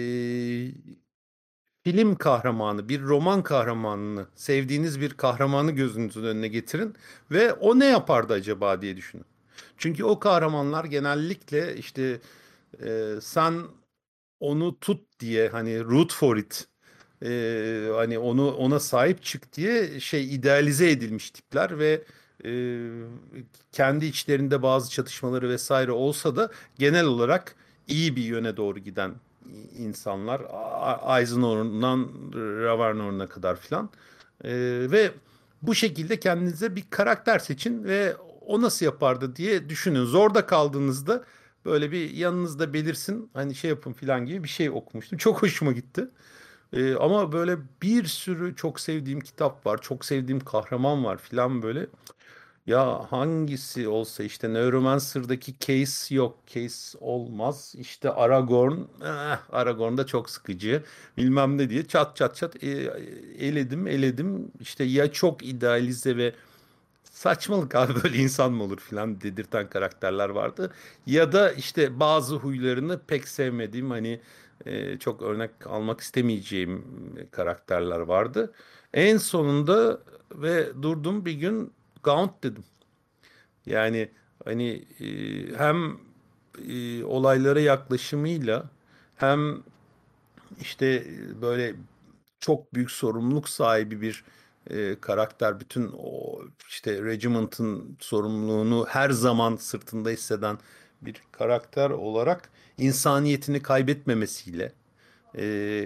S1: film kahramanı, bir roman kahramanını, sevdiğiniz bir kahramanı gözünüzün önüne getirin ve o ne yapardı acaba diye düşünün. Çünkü o kahramanlar genellikle işte e, sen onu tut diye, hani root for it, e, hani onu ona sahip çık diye şey idealize edilmiş tipler ve e, kendi içlerinde bazı çatışmaları vesaire olsa da genel olarak iyi bir yöne doğru giden insanlar. A- Eisenor'undan Ravarnor'una kadar filan. E, ve bu şekilde kendinize bir karakter seçin ve o nasıl yapardı diye düşünün. Zorda kaldığınızda böyle bir yanınızda belirsin, hani şey yapın filan gibi bir şey okumuştum. Çok hoşuma gitti. Ee, ama böyle bir sürü çok sevdiğim kitap var. Çok sevdiğim kahraman var filan böyle. Ya hangisi olsa, işte Neuromancer'daki Case yok. Case olmaz. İşte Aragorn. Eh, Aragorn da çok sıkıcı. Bilmem ne diye çat çat çat e, eledim eledim. İşte ya çok idealize ve saçmalık abi, böyle insan mı olur filan dedirten karakterler vardı. Ya da işte bazı huylarını pek sevmediğim, hani e, çok örnek almak istemeyeceğim karakterler vardı. En sonunda ve durdum bir gün, Gaunt dedim. Yani hani e, hem e, olaylara yaklaşımıyla hem işte e, böyle çok büyük sorumluluk sahibi bir e, karakter. Bütün o işte regiment'ın sorumluluğunu her zaman sırtında hisseden bir karakter olarak insaniyetini kaybetmemesiyle, e,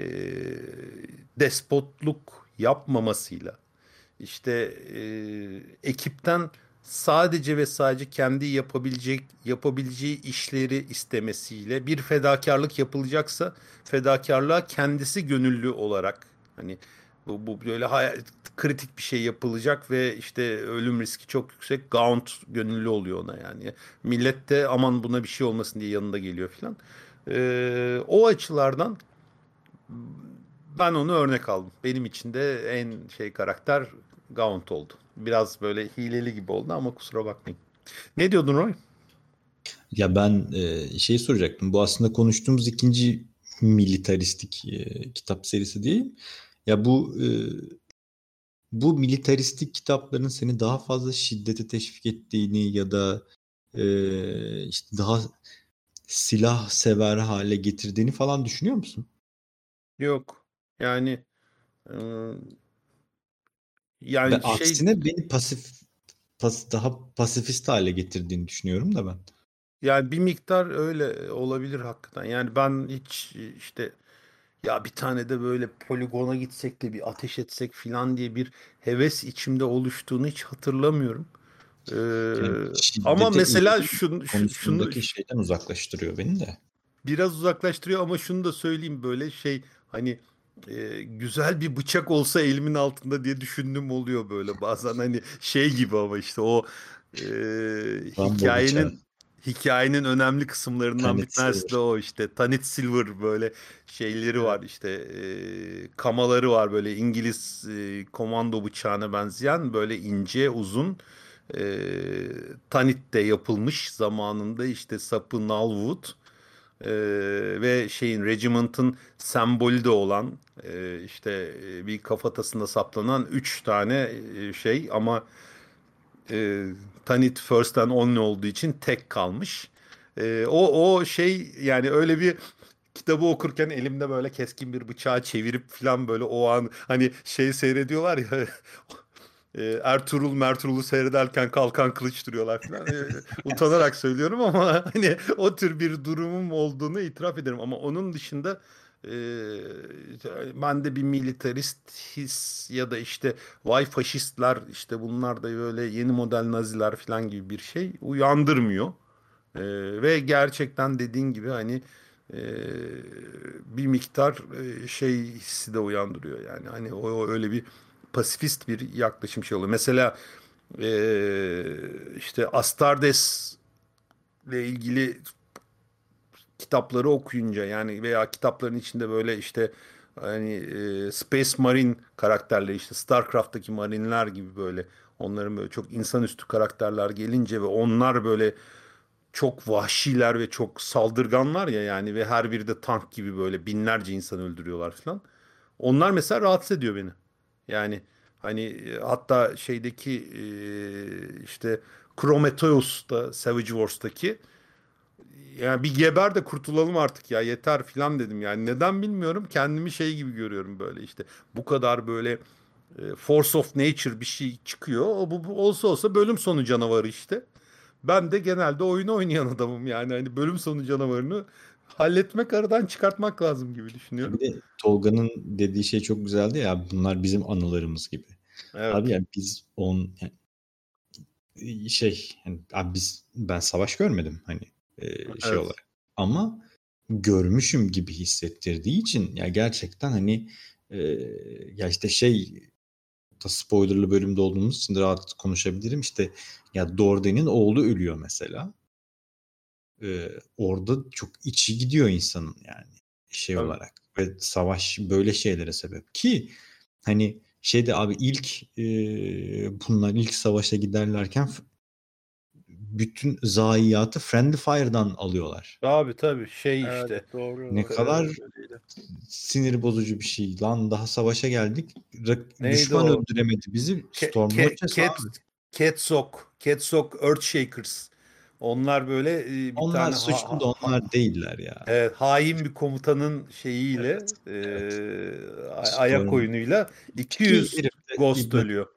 S1: despotluk yapmamasıyla, işte e, ekipten sadece ve sadece kendi yapabilecek yapabileceği işleri istemesiyle, bir fedakarlık yapılacaksa fedakarlığa kendisi gönüllü olarak, hani bu, bu böyle hay- kritik bir şey yapılacak ve işte ölüm riski çok yüksek, Gaunt gönüllü oluyor ona yani. Millet de aman buna bir şey olmasın diye yanında geliyor filan. Ee, o açılardan ben onu örnek aldım. Benim için de en şey karakter Gaunt oldu. Biraz böyle hileli gibi oldu ama kusura bakmayın. Ne diyordun Roy?
S2: Ya ben e, şey soracaktım. Bu aslında konuştuğumuz ikinci militaristik e, kitap serisi değil. Ya bu e, bu militaristik kitapların seni daha fazla şiddete teşvik ettiğini ya da e, işte daha silah sever hale getirdiğini falan düşünüyor musun?
S1: Yok. Yani ıı,
S2: Ve
S1: yani şey,
S2: aksine beni pasif pas, daha pasifist hale getirdiğini düşünüyorum da ben.
S1: yani bir miktar öyle olabilir hakikaten. Yani ben hiç işte ya bir tane de böyle poligona gitsek de bir ateş etsek filan diye bir heves içimde oluştuğunu hiç hatırlamıyorum.
S2: Yani
S1: Ee, ama
S2: şiddete
S1: mesela
S2: eğilim
S1: şunu, şu- şunu
S2: konusundaki şeyden uzaklaştırıyor beni de.
S1: biraz uzaklaştırıyor ama şunu da söyleyeyim, böyle şey, hani e, güzel bir bıçak olsa elimin altında diye düşündüğüm oluyor böyle bazen, hani şey gibi, ama işte o e,
S2: Rambo bıçağı.
S1: hikayenin hikayenin önemli kısımlarından bir
S2: Tanit
S1: tanesi de
S2: Silver.
S1: o, işte Tanit Silver böyle şeyleri
S3: Evet.
S1: var, işte e, kamaları var, böyle İngiliz e, komando bıçağına benzeyen, böyle ince uzun E, Tanit'te yapılmış zamanında, işte sapı Nalwood e, ve şeyin Regiment'ın sembolü de olan, e, işte e, bir kafatasında saplanan üç tane e, şey, ama e, Tanit first and only olduğu için tek kalmış. E, o o şey, yani öyle bir kitabı okurken elimde böyle keskin bir bıçağı çevirip falan, böyle o an hani şey seyrediyorlar ya, e, Ertuğrul Mertuğrul'u seyrederken kalkan kılıç duruyorlar falan. E, utanarak söylüyorum ama hani o tür bir durumum olduğunu itiraf ederim. Ama onun dışında e, ben de bir militarist his ya da işte vay faşistler, işte bunlar da böyle yeni model Naziler falan gibi bir şey uyandırmıyor. E, ve gerçekten dediğin gibi hani e, bir miktar e, şey hissi de uyandırıyor. Yani hani o, o öyle bir pasifist bir yaklaşım şey oluyor. Mesela e, işte Astartes ile ilgili kitapları okuyunca, yani veya kitapların içinde böyle işte hani e, Space Marine karakterleri, işte StarCraft'taki marinler gibi, böyle onların böyle çok insanüstü karakterler gelince ve onlar böyle çok vahşiler ve çok saldırganlar ya, yani ve her biri de tank gibi böyle binlerce insan öldürüyorlar falan. Onlar mesela rahatsız ediyor beni. Yani hani e, hatta şeydeki e, işte Prometheus'ta, Savage Wars'taki, yani bir geber de kurtulalım artık ya, yeter filan dedim. Yani neden bilmiyorum, kendimi şey gibi görüyorum, böyle işte bu kadar böyle e, force of nature bir şey çıkıyor. O bu, bu olsa olsa bölüm sonu canavarı işte. Ben de genelde oyunu oynayan adamım, yani hani bölüm sonu canavarını halletmek, aradan çıkartmak lazım gibi
S2: Ya bir
S1: düşünüyorum.
S2: de Tolga'nın dediği şey çok güzeldi ya, bunlar bizim anılarımız gibi. Abi
S1: Evet.
S2: yani biz on yani şey yani abi biz ben savaş görmedim hani e, şey
S1: Evet.
S2: olarak, ama görmüşüm gibi hissettirdiği için ya gerçekten hani e, ya işte şey, da spoilerlı bölümde olduğumuz için de rahat konuşabilirim işte, ya Dorne'nin oğlu ölüyor mesela. E, orada çok içi gidiyor insanın yani şey
S1: Tabii.
S2: olarak, ve savaş böyle şeylere sebep ki hani şeyde abi ilk e, bunlar ilk savaşa giderlerken f- bütün zayiatı Friendly Fire'dan alıyorlar.
S1: Tabii tabii, şey
S3: Evet,
S1: işte
S2: Ne
S3: doğru.
S1: e,
S2: kadar
S3: Öyleydi.
S2: sinir bozucu bir şey. Lan daha savaşa geldik. Rak-
S1: neydi
S2: düşman
S1: o?
S2: öldüremedi bizi.
S1: Ke, ke,
S2: Stormwatches
S1: Cat,
S2: abi.
S1: Ketsok, Ketsok Earthshakers. Onlar böyle e, bir
S2: Onlar
S1: tane ha,
S2: suçlu da
S1: ha- ha-
S2: onlar değiller ya.
S1: evet, hain bir komutanın şeyiyle,
S3: Evet, evet.
S1: e, ay- ayak
S2: Storm.
S1: oyunuyla
S2: Ki
S1: iki yüz
S2: herif de
S1: Ghost
S2: ibne.
S1: ölüyor.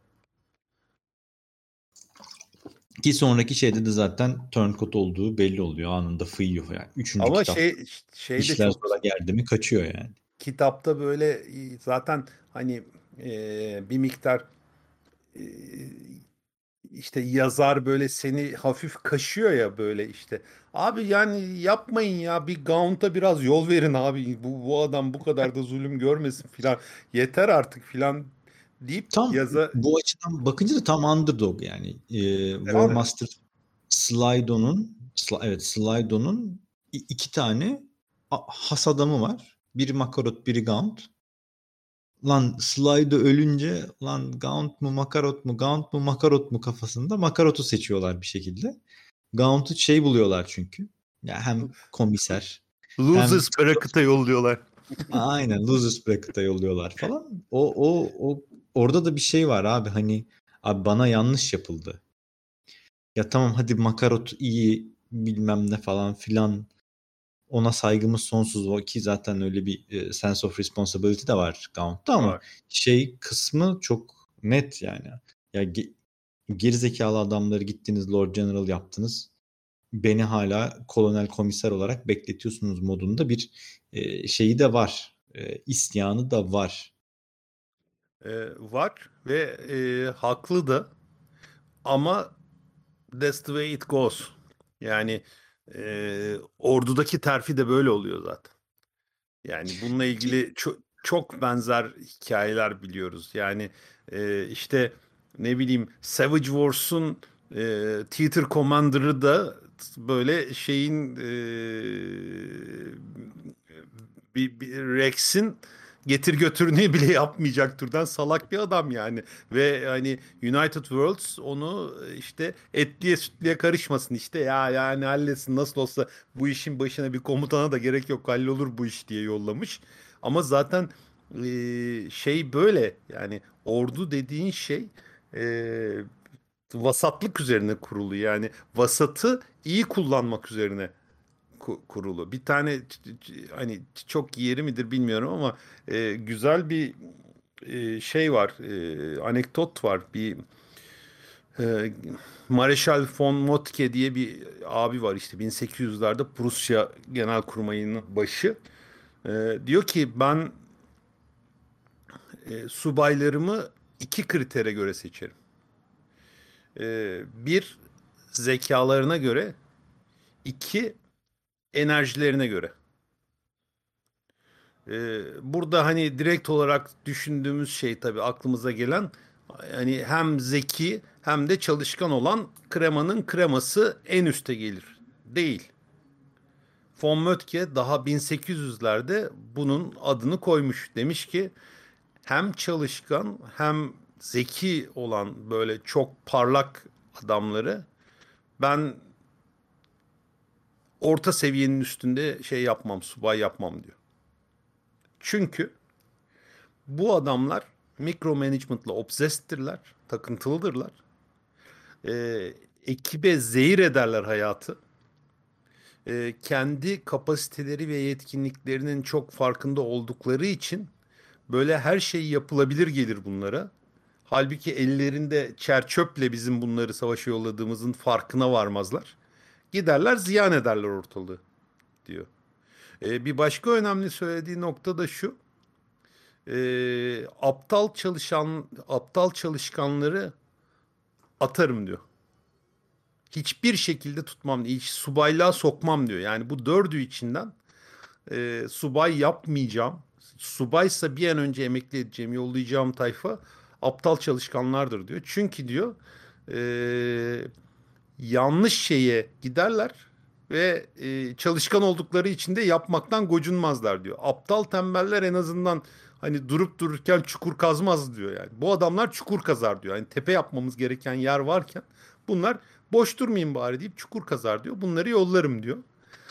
S2: Ki sonraki şeyde de zaten turncoat olduğu belli oluyor. Anında fıyıyor yani. Üçüncü
S1: Ama
S2: kitap.
S1: şey şey de
S2: İşler
S1: çok
S2: sonra geldi mi kaçıyor yani.
S1: kitapta böyle e, zaten hani e, bir miktar e, işte yazar böyle seni hafif kaşıyor ya, böyle işte. Abi yani yapmayın ya, bir Gaunt'a biraz yol verin abi. Bu, bu adam bu kadar da zulüm görmesin filan. Yeter artık filan deyip
S2: Tam
S1: yaza
S2: bu açıdan bakınca da tam underdog yani. Ee,
S1: evet,
S2: Warmaster Slido'nun Sli- evet Slido'nun i- iki tane a- has adamı var. Biri Makarot, biri Gaunt. Lan Slido ölünce lan Gaunt mu Makarot mu Gaunt mu Makarot mu kafasında Makarot'u seçiyorlar bir şekilde. Gaunt'u şey buluyorlar çünkü. Ya hem komiser hem
S1: losers bracket'a yolluyorlar.
S2: aynen losers bracket'a yolluyorlar falan. O o o orada da bir şey var abi, hani abi bana yanlış yapıldı. Ya tamam hadi Makarot iyi bilmem ne falan filan, ona saygımız sonsuz, o ki zaten öyle bir e, sense of responsibility de var Gaunt'ta, ama
S1: Var.
S2: şey kısmı çok net yani. Ya ge- gerizekalı adamları gittiniz Lord General yaptınız. Beni hala kolonel komiser olarak bekletiyorsunuz modunda bir e, şeyi de var. E, isyanı da var.
S1: E, var ve e, haklı da, ama that's the way it goes. Yani e, ordudaki terfi de böyle oluyor zaten. Yani bununla
S2: Ki
S1: ilgili çok, çok benzer hikayeler biliyoruz. Yani e, işte ne bileyim, Savage Wars'un e, Theater Commander'ı da böyle şeyin e, bir, bir Rex'in getir götürünü bile yapmayacak türden salak bir adam yani. Ve hani United Worlds onu işte etliye sütliye karışmasın işte ya yani halletsin nasıl olsa bu işin başına bir komutana da gerek yok hallolur bu iş diye yollamış. Ama zaten e, şey böyle yani ordu dediğin şey e, vasatlık üzerine kurulu yani vasatı iyi kullanmak üzerine ku- kurulu. Bir tane ç- ç- hani çok yeri midir bilmiyorum ama e, güzel bir e, şey var, e, anekdot var. Bir e, Mareşal von Moltke diye bir abi var işte bin sekiz yüzlerde Prusya Genelkurmayı'nın başı. E, diyor ki ben e, subaylarımı iki kritere göre seçerim. E, bir zekalarına göre, iki enerjilerine göre. Ee, burada hani direkt olarak düşündüğümüz şey tabii aklımıza gelen hani hem zeki hem de çalışkan olan kremanın kreması en üste gelir. Değil. Von Mötke daha bin sekiz yüzlerde bunun adını koymuş. Demiş ki hem çalışkan hem zeki olan böyle çok parlak adamları ben orta seviyenin üstünde şey yapmam, subay yapmam diyor. Çünkü bu adamlar mikro management'la obsessed'tirler, takıntılıdırlar. Ee, Ekibe zehir ederler hayatı. Ee, kendi kapasiteleri ve yetkinliklerinin çok farkında oldukları için böyle her şey yapılabilir gelir bunlara. Halbuki ellerinde çer çöple bizim bunları savaşa yolladığımızın farkına varmazlar. Giderler ziyan ederler ortalığı diyor. Ee, bir başka önemli söylediği nokta da şu. Ee, aptal çalışan aptal çalışkanları atarım diyor. Hiçbir şekilde tutmam, hiç subaylığa sokmam diyor. Yani bu dördü içinden e, subay yapmayacağım. Subaysa bir an önce emekli edeceğim, yollayacağım tayfa aptal çalışkanlardır diyor. Çünkü diyor e, yanlış şeye giderler ve e, çalışkan oldukları için de yapmaktan gocunmazlar diyor. Aptal tembeller en azından hani durup dururken çukur kazmaz diyor yani. Bu adamlar çukur kazar diyor. Hani tepe yapmamız gereken yer varken bunlar boş durmayın bari deyip çukur kazar diyor. Bunları yollarım diyor.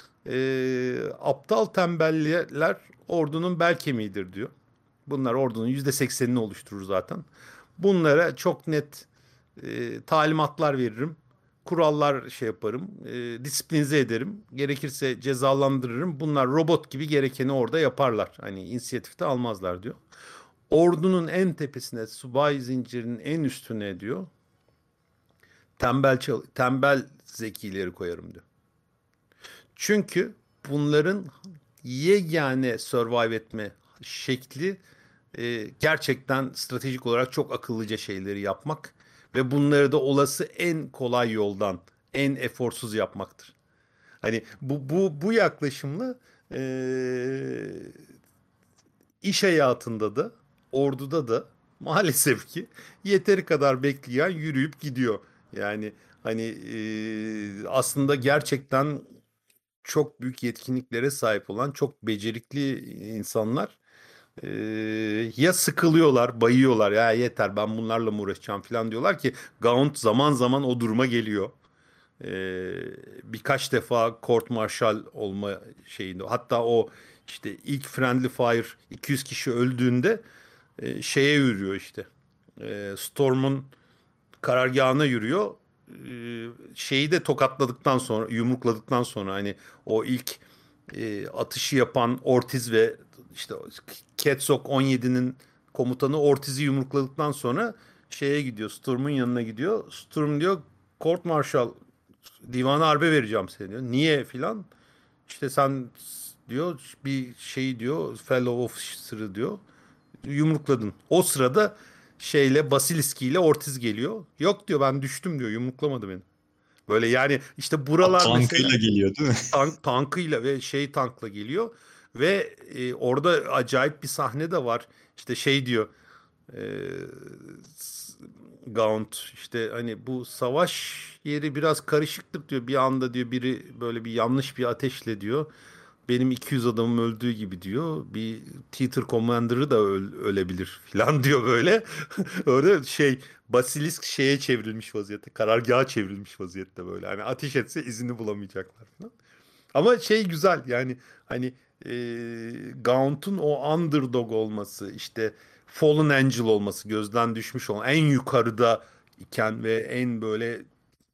S1: E, aptal tembeller ordunun bel kemiğidir diyor. Bunlar ordunun yüzde seksenini oluşturur zaten. Bunlara çok net e, talimatlar veririm. Kurallar şey yaparım. E, disiplinize ederim. Gerekirse cezalandırırım. Bunlar robot gibi gerekeni orada yaparlar. Hani inisiyatifte almazlar diyor. Ordunun en tepesine, subay zincirinin en üstüne diyor. Tembel tembel zekileri koyarım diyor. Çünkü bunların yegane survive etme şekli e, gerçekten stratejik olarak çok akıllıca şeyleri yapmak ve bunları da olası en kolay yoldan, en eforsuz yapmaktır. Hani bu bu bu yaklaşımla e, iş hayatında da, orduda da maalesef ki yeteri kadar bekleyen yürüyüp gidiyor. Yani hani e, aslında gerçekten çok büyük yetkinliklere sahip olan çok becerikli insanlar e, ya sıkılıyorlar, bayıyorlar ya yeter ben bunlarla mı uğraşacağım falan diyorlar ki Gaunt zaman zaman o duruma geliyor. E, Birkaç defa court martial olma şeyinde hatta o işte ilk friendly fire iki yüz kişi öldüğünde e, şeye yürüyor işte. E, Storm'un karargahına yürüyor. Ee, şeyi de tokatladıktan sonra, yumrukladıktan sonra hani o ilk e, atışı yapan Ortiz ve işte Ketsok on yedinin komutanı Ortiz'i yumrukladıktan sonra şeye gidiyor. Sturm'un yanına gidiyor. Sturm diyor Court Martial divana harbe vereceğim seni diyor. Niye filan? İşte sen diyor bir şey diyor fellow officer'ı diyor yumrukladın. O sırada şeyle Basiliski ile Ortiz geliyor. Yok diyor ben düştüm diyor yumruklamadı beni. Böyle yani işte buralar
S2: Tankıyla
S1: mesela
S2: geliyor değil mi?
S1: tank, tankıyla ve şey tankla geliyor. Ve e, orada acayip bir sahne de var. İşte şey diyor e, Gaunt işte hani bu savaş yeri biraz karışıktır diyor. Bir anda diyor biri böyle bir yanlış bir ateşle diyor. benim iki yüz adamım öldüğü gibi diyor. Bir Theater Commander'ı da öl- ölebilir falan diyor böyle. Öyle şey basilisk şeye çevrilmiş vaziyette. Karargaha çevrilmiş vaziyette böyle. Hani ateş etse izini bulamayacaklar falan. Ama şey güzel yani hani e, Gaunt'un o underdog olması işte Fallen Angel olması gözden düşmüş olan en yukarıda iken ve en böyle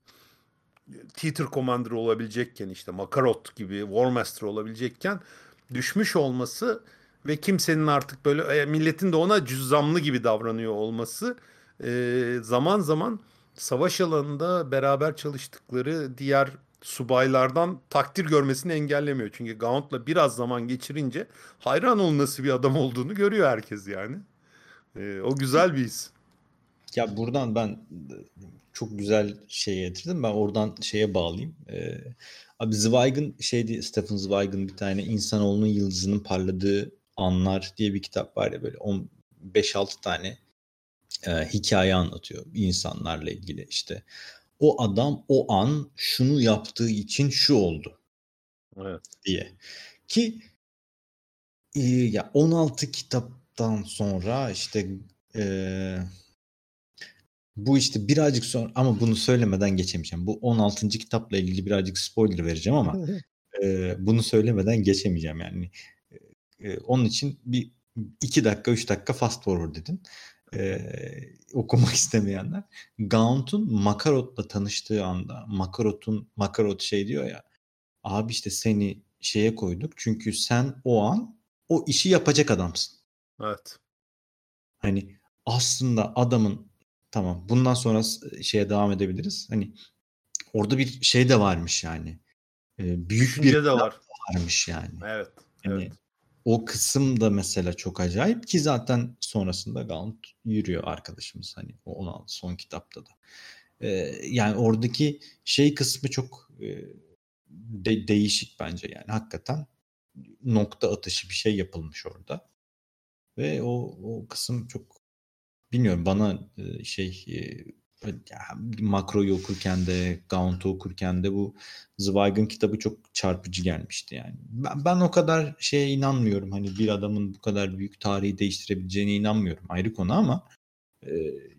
S1: Theater Commander olabilecekken işte Makarot gibi War Master olabilecekken düşmüş olması ve kimsenin artık böyle e, milletin de ona cüzzamlı gibi davranıyor olması e, zaman zaman savaş alanında beraber çalıştıkları diğer subaylardan takdir görmesini engellemiyor. Çünkü Gaunt'la biraz zaman geçirince hayran ol nasıl bir adam olduğunu görüyor herkes yani. E, o güzel bir his.
S2: Ya buradan ben çok güzel şeye getirdim. Ben oradan şeye bağlayayım. Ee, abi Zweig'ın şeydi, Stefan Zweig'ın bir tane İnsanoğlunun Yıldızının Parladığı Anlar diye bir kitap var ya, böyle on beş altı tane e, hikaye anlatıyor insanlarla ilgili işte. O adam o an şunu yaptığı için şu oldu
S1: Evet.
S2: diye. Ki e, ya on altı kitaptan sonra işte e, bu işte birazcık sonra, ama bunu söylemeden geçemeyeceğim. Bu on altıncı kitapla ilgili birazcık spoiler vereceğim ama e, bunu söylemeden geçemeyeceğim yani. E, onun için bir iki dakika üç dakika fast forward dedin. E, okumak istemeyenler. Gaunt'un Makarot'la tanıştığı anda Makarot'un Makarot şey diyor ya, abi işte seni şeye koyduk çünkü sen o an o işi yapacak adamsın.
S1: Evet.
S2: Hani aslında adamın, tamam bundan sonra şeye devam edebiliriz. Hani orada bir şey de varmış yani. Ee, büyük bir
S1: Düşünce de
S2: plan
S1: var.
S2: da varmış yani.
S1: Evet. Evet.
S2: Hani o kısım da mesela çok acayip ki zaten sonrasında Gaunt yürüyor arkadaşımız, hani o on altı son kitapta da. Ee, yani oradaki şey kısmı çok e, de- değişik bence yani, hakikaten nokta atışı bir şey yapılmış orada ve o o kısım çok, bilmiyorum, bana e, şey e, ya, Makro'yu okurken de Gaunt'u okurken de bu Zweig'ın kitabı çok çarpıcı gelmişti yani. Ben, ben o kadar şeye inanmıyorum. Hani bir adamın bu kadar büyük tarihi değiştirebileceğine inanmıyorum. Ayrı konu ama e,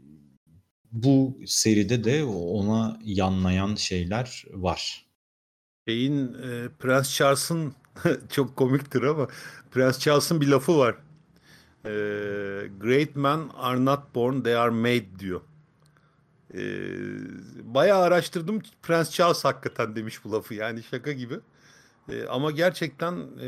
S2: bu seride de ona yanlayan şeyler var.
S1: Şeyin e, Prens Charles'ın çok komiktir ama Prens Charles'ın bir lafı var. E, Great men are not born, they are made diyor. E, bayağı araştırdım. Prens Charles hakikaten demiş bu lafı. Yani şaka gibi. E, ama gerçekten e,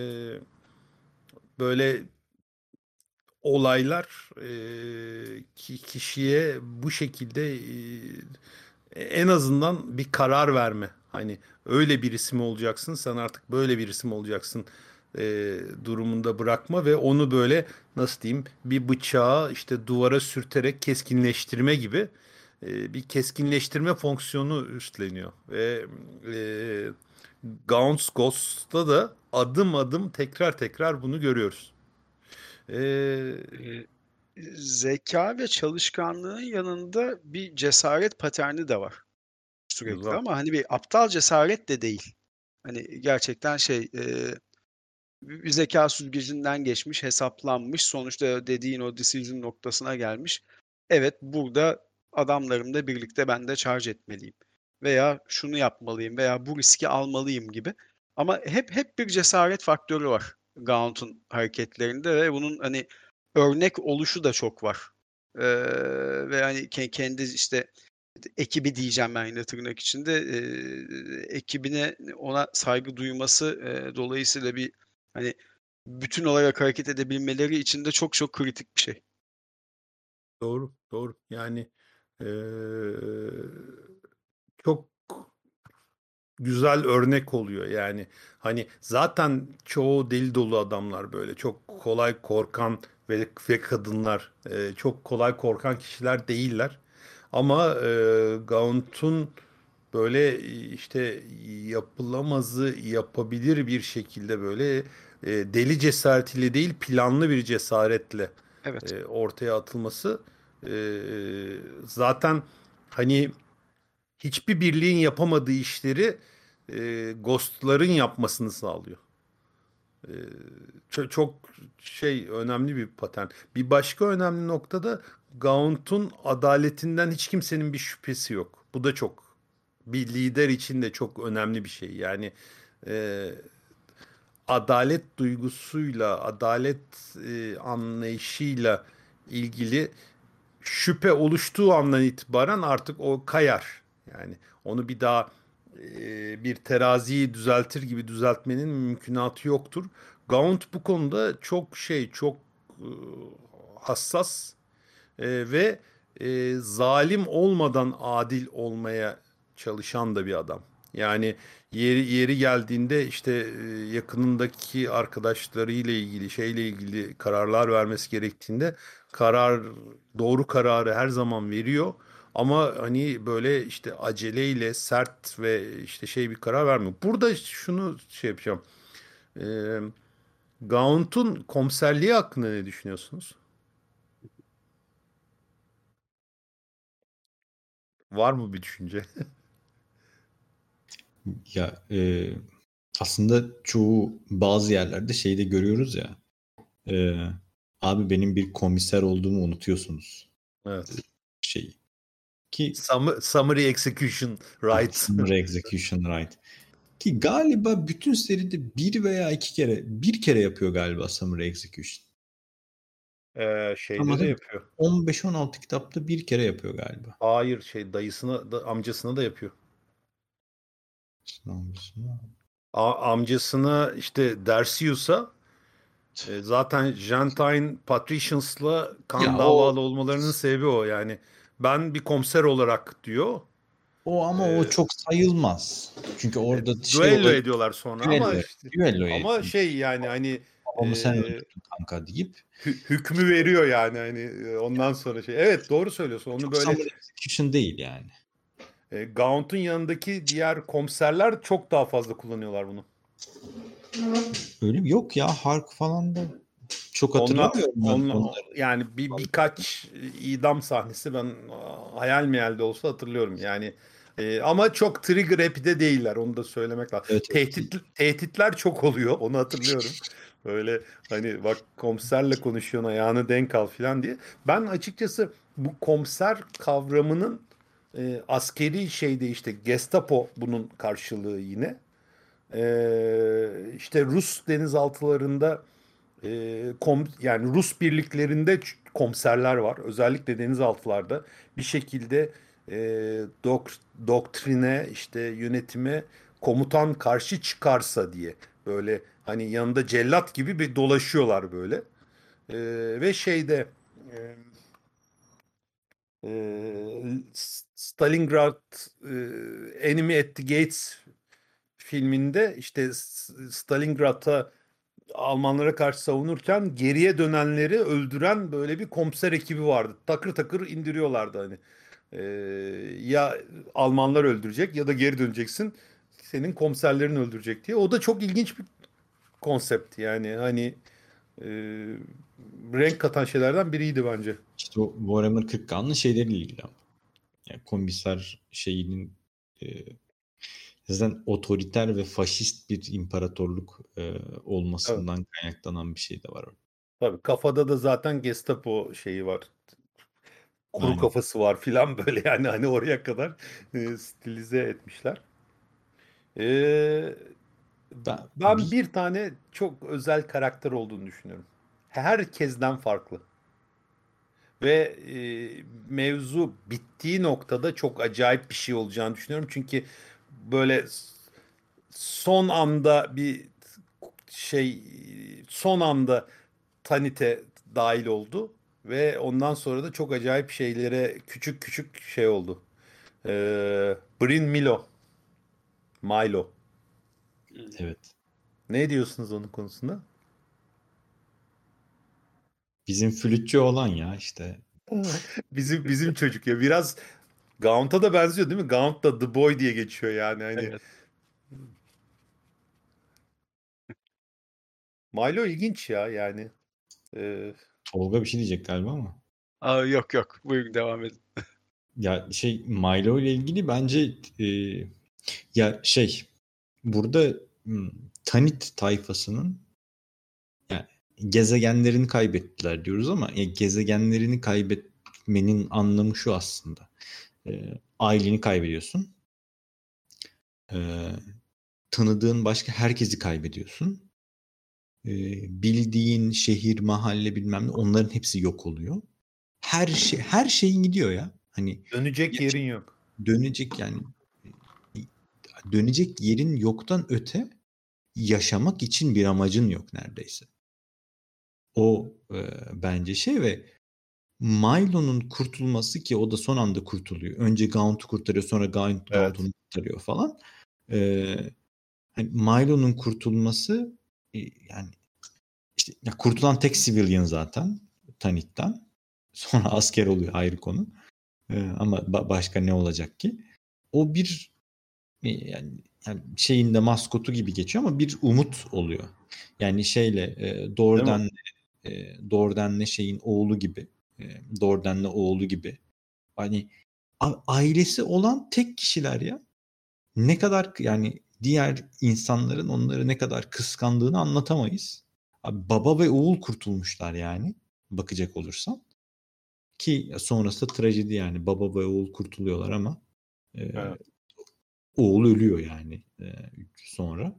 S1: böyle olaylar e, ki kişiye bu şekilde e, en azından bir karar verme. Hani öyle birisi mi olacaksın, sen artık böyle birisi mi olacaksın e, durumunda bırakma ve onu böyle nasıl diyeyim bir bıçağı işte duvara sürterek keskinleştirme gibi e, bir keskinleştirme fonksiyonu üstleniyor. Ve e, Gaunt's Ghost'ta da adım adım tekrar tekrar bunu görüyoruz. E,
S3: Ee, Zeka ve çalışkanlığın yanında bir cesaret paterni de var sürekli,
S1: güzel.
S3: ama hani bir aptal cesaret de değil. Hani gerçekten şey, e, bir zeka süzgecinden geçmiş, hesaplanmış, sonuçta dediğin o decision noktasına gelmiş. Evet, burada adamlarımla birlikte ben de charge etmeliyim veya şunu yapmalıyım veya bu riski almalıyım gibi. Ama hep hep bir cesaret faktörü var Gaunt'un hareketlerinde ve bunun hani örnek oluşu da çok var. Ee, ve hani ke- kendi işte ekibi diyeceğim ben yine tırnak içinde, eee, ekibine ona saygı duyması eee, dolayısıyla bir hani bütün olarak hareket edebilmeleri için de çok çok kritik bir şey.
S1: Doğru, doğru. Yani eee, çok güzel örnek oluyor. Yani hani zaten çoğu deli dolu adamlar böyle çok kolay korkan ve, ve kadınlar eee, çok kolay korkan kişiler değiller. Ama eee Gaunt'un böyle işte yapılamazı yapabilir bir şekilde böyle e, deli cesaretiyle değil planlı bir cesaretle
S3: Evet,
S1: e, ortaya atılması e, zaten hani hiçbir birliğin yapamadığı işleri e, Ghost'ların yapmasını sağlıyor. Ee, çok, çok şey önemli bir patern. Bir başka önemli noktada Gaunt'un adaletinden hiç kimsenin bir şüphesi yok. Bu da çok bir lider için de çok önemli bir şey. Yani e, adalet duygusuyla, adalet e, anlayışıyla ilgili şüphe oluştuğu andan itibaren artık o kayar. Yani onu bir daha e, bir teraziyi düzeltir gibi düzeltmenin mümkünatı yoktur. Gaunt bu konuda çok şey, çok e, hassas e, ve e, zalim olmadan adil olmaya çalışan da bir adam. Yani yeri yeri geldiğinde işte e, yakınındaki arkadaşlarıyla ilgili şeyle ilgili kararlar vermesi gerektiğinde karar doğru kararı her zaman veriyor. Ama hani böyle işte aceleyle sert ve işte şey bir karar vermiyor. Burada şunu şey yapacağım. E, Gaunt'un komiserliği hakkında ne düşünüyorsunuz? Var mı bir düşünce?
S2: Ya e, aslında çoğu bazı yerlerde şeyi de görüyoruz ya. e, Abi benim bir komiser olduğumu unutuyorsunuz
S1: Evet.
S2: şeyi. Ki
S1: Sum- Summary Execution Rights.
S2: Summary Execution Right. Ki galiba bütün seride bir veya iki kere, bir kere yapıyor galiba Summary Execution.
S1: Ee, şeyde
S2: Ama
S1: de
S2: değil mi?
S1: yapıyor.
S2: on beş on altı kitapta bir kere yapıyor galiba.
S1: Hayır şey dayısına da amcasına da yapıyor. A- amcasına işte Dersius'a e, zaten Gentine Patricians'la kan
S2: Ya o
S1: davalı olmalarının sebebi o yani. Ben bir komiser olarak diyor.
S2: o ama o
S1: E,
S2: çok sayılmaz. Çünkü
S1: e,
S2: orada şey
S1: Düello
S2: olayı
S1: ediyorlar sonra ama
S2: düello.
S1: işte
S2: Düello
S1: ama
S2: ediyor.
S1: şey yani hani e,
S2: Babamı sen öldürdün kanka deyip
S1: hü- hükmü veriyor yani hani e, ondan sonra şey. Evet doğru söylüyorsun. Onu
S2: çok
S1: böyle
S2: summary execution değil yani.
S1: E, Gaunt'un yanındaki diğer komiserler çok daha fazla kullanıyorlar bunu.
S2: Öyle mi? Yok ya Hark falan da çok
S1: Onunla,
S2: hatırlamıyorum ben
S1: onunla
S2: onları.
S1: yani bir birkaç idam sahnesi ben hayal meyal de olsa hatırlıyorum. Yani e, ama çok trigger happy'de değiller. Onu da söylemek lazım.
S2: Evet, evet.
S1: Tehdit tehditler çok oluyor. Onu hatırlıyorum. Böyle hani bak komiserle konuşuyorsun ayağını denk al falan diye. Ben açıkçası bu komiser kavramının e, askeri şeyde işte Gestapo bunun karşılığı yine. Ee, işte Rus denizaltılarında e, kom, yani Rus birliklerinde ç- komiserler var. Özellikle denizaltılarda bir şekilde e, dok, doktrine işte yönetime komutan karşı çıkarsa diye böyle hani yanında cellat gibi bir dolaşıyorlar böyle. Ee, ve şeyde e, e, Stalingrad e, Enemy at the Gates filminde işte S- Stalingrad'a Almanlara karşı savunurken geriye dönenleri öldüren böyle bir komiser ekibi vardı. Takır takır indiriyorlardı hani. Ee, ya Almanlar öldürecek ya da geri döneceksin. Senin komiserlerin öldürecek diye. O da çok ilginç bir konsept yani hani e, renk katan şeylerden biriydi bence.
S2: İşte o Warhammer kırk K'nın şeyleriyle ilgili ama. Yani komiser şeyinin e, zaten otoriter ve faşist bir imparatorluk e,
S1: Evet.
S2: olmasından kaynaklanan bir şey de var orada.
S1: Tabii kafada da zaten Gestapo şeyi var. Kuru
S2: Aynen.
S1: kafası var filan böyle yani hani oraya kadar e, stilize etmişler. Ee,
S2: Ben
S1: ben
S2: bir
S1: bir tane çok özel karakter olduğunu düşünüyorum. Herkesten farklı. Ve e, mevzu bittiği noktada çok acayip bir şey olacağını düşünüyorum. Çünkü böyle son anda bir şey son anda Tanite dahil oldu. Ve ondan sonra da çok acayip şeylere küçük küçük şey oldu. Ee, Bryn Milo. Milo.
S2: evet.
S1: Ne diyorsunuz onun konusunda?
S2: Bizim flütçü olan ya işte.
S1: Bizim bizim çocuk ya biraz Gaunt'a da benziyor değil mi? Gaunt da The Boy diye geçiyor yani hani.
S3: Evet.
S1: Milo ilginç ya yani. Ee,
S2: Tolga bir şey diyecek galiba ama.
S3: Aa, yok yok. Buyurun devam edin.
S2: Ya şey Milo ile ilgili bence e, ya şey burada hmm, Tanit tayfasının gezegenlerini kaybettiler diyoruz ama ya gezegenlerini kaybetmenin anlamı şu aslında. E, aileni kaybediyorsun. E, tanıdığın başka herkesi kaybediyorsun. E, bildiğin şehir, mahalle bilmem ne onların hepsi yok oluyor. Her şey her şeyin gidiyor ya. Hani
S1: Dönecek yerin yok.
S2: dönecek yani dönecek yerin yoktan öte yaşamak için bir amacın yok neredeyse. O e, bence şey ve Milo'nun kurtulması ki o da son anda kurtuluyor. Önce Gaunt'u kurtarıyor sonra Gaunt,
S1: Evet.
S2: Gaunt'u kurtarıyor falan. E, hani Milo'nun kurtulması e, yani işte ya kurtulan tek civilian zaten Tanith'ten. Sonra asker oluyor ayrı konu. E, ama ba- başka ne olacak ki? O bir e, yani, yani şeyin de maskotu gibi geçiyor ama bir umut oluyor. Yani şeyle e, Dorden'le e, Dorden'le şeyin oğlu gibi e, Dorden'le oğlu gibi hani a- ailesi olan tek kişiler ya. Ne kadar yani diğer insanların onları ne kadar kıskandığını anlatamayız. Abi, baba ve oğul kurtulmuşlar yani bakacak olursan. Ki sonrası trajedi yani baba ve oğul kurtuluyorlar ama e,
S1: Evet.
S2: oğul ölüyor yani e, sonra.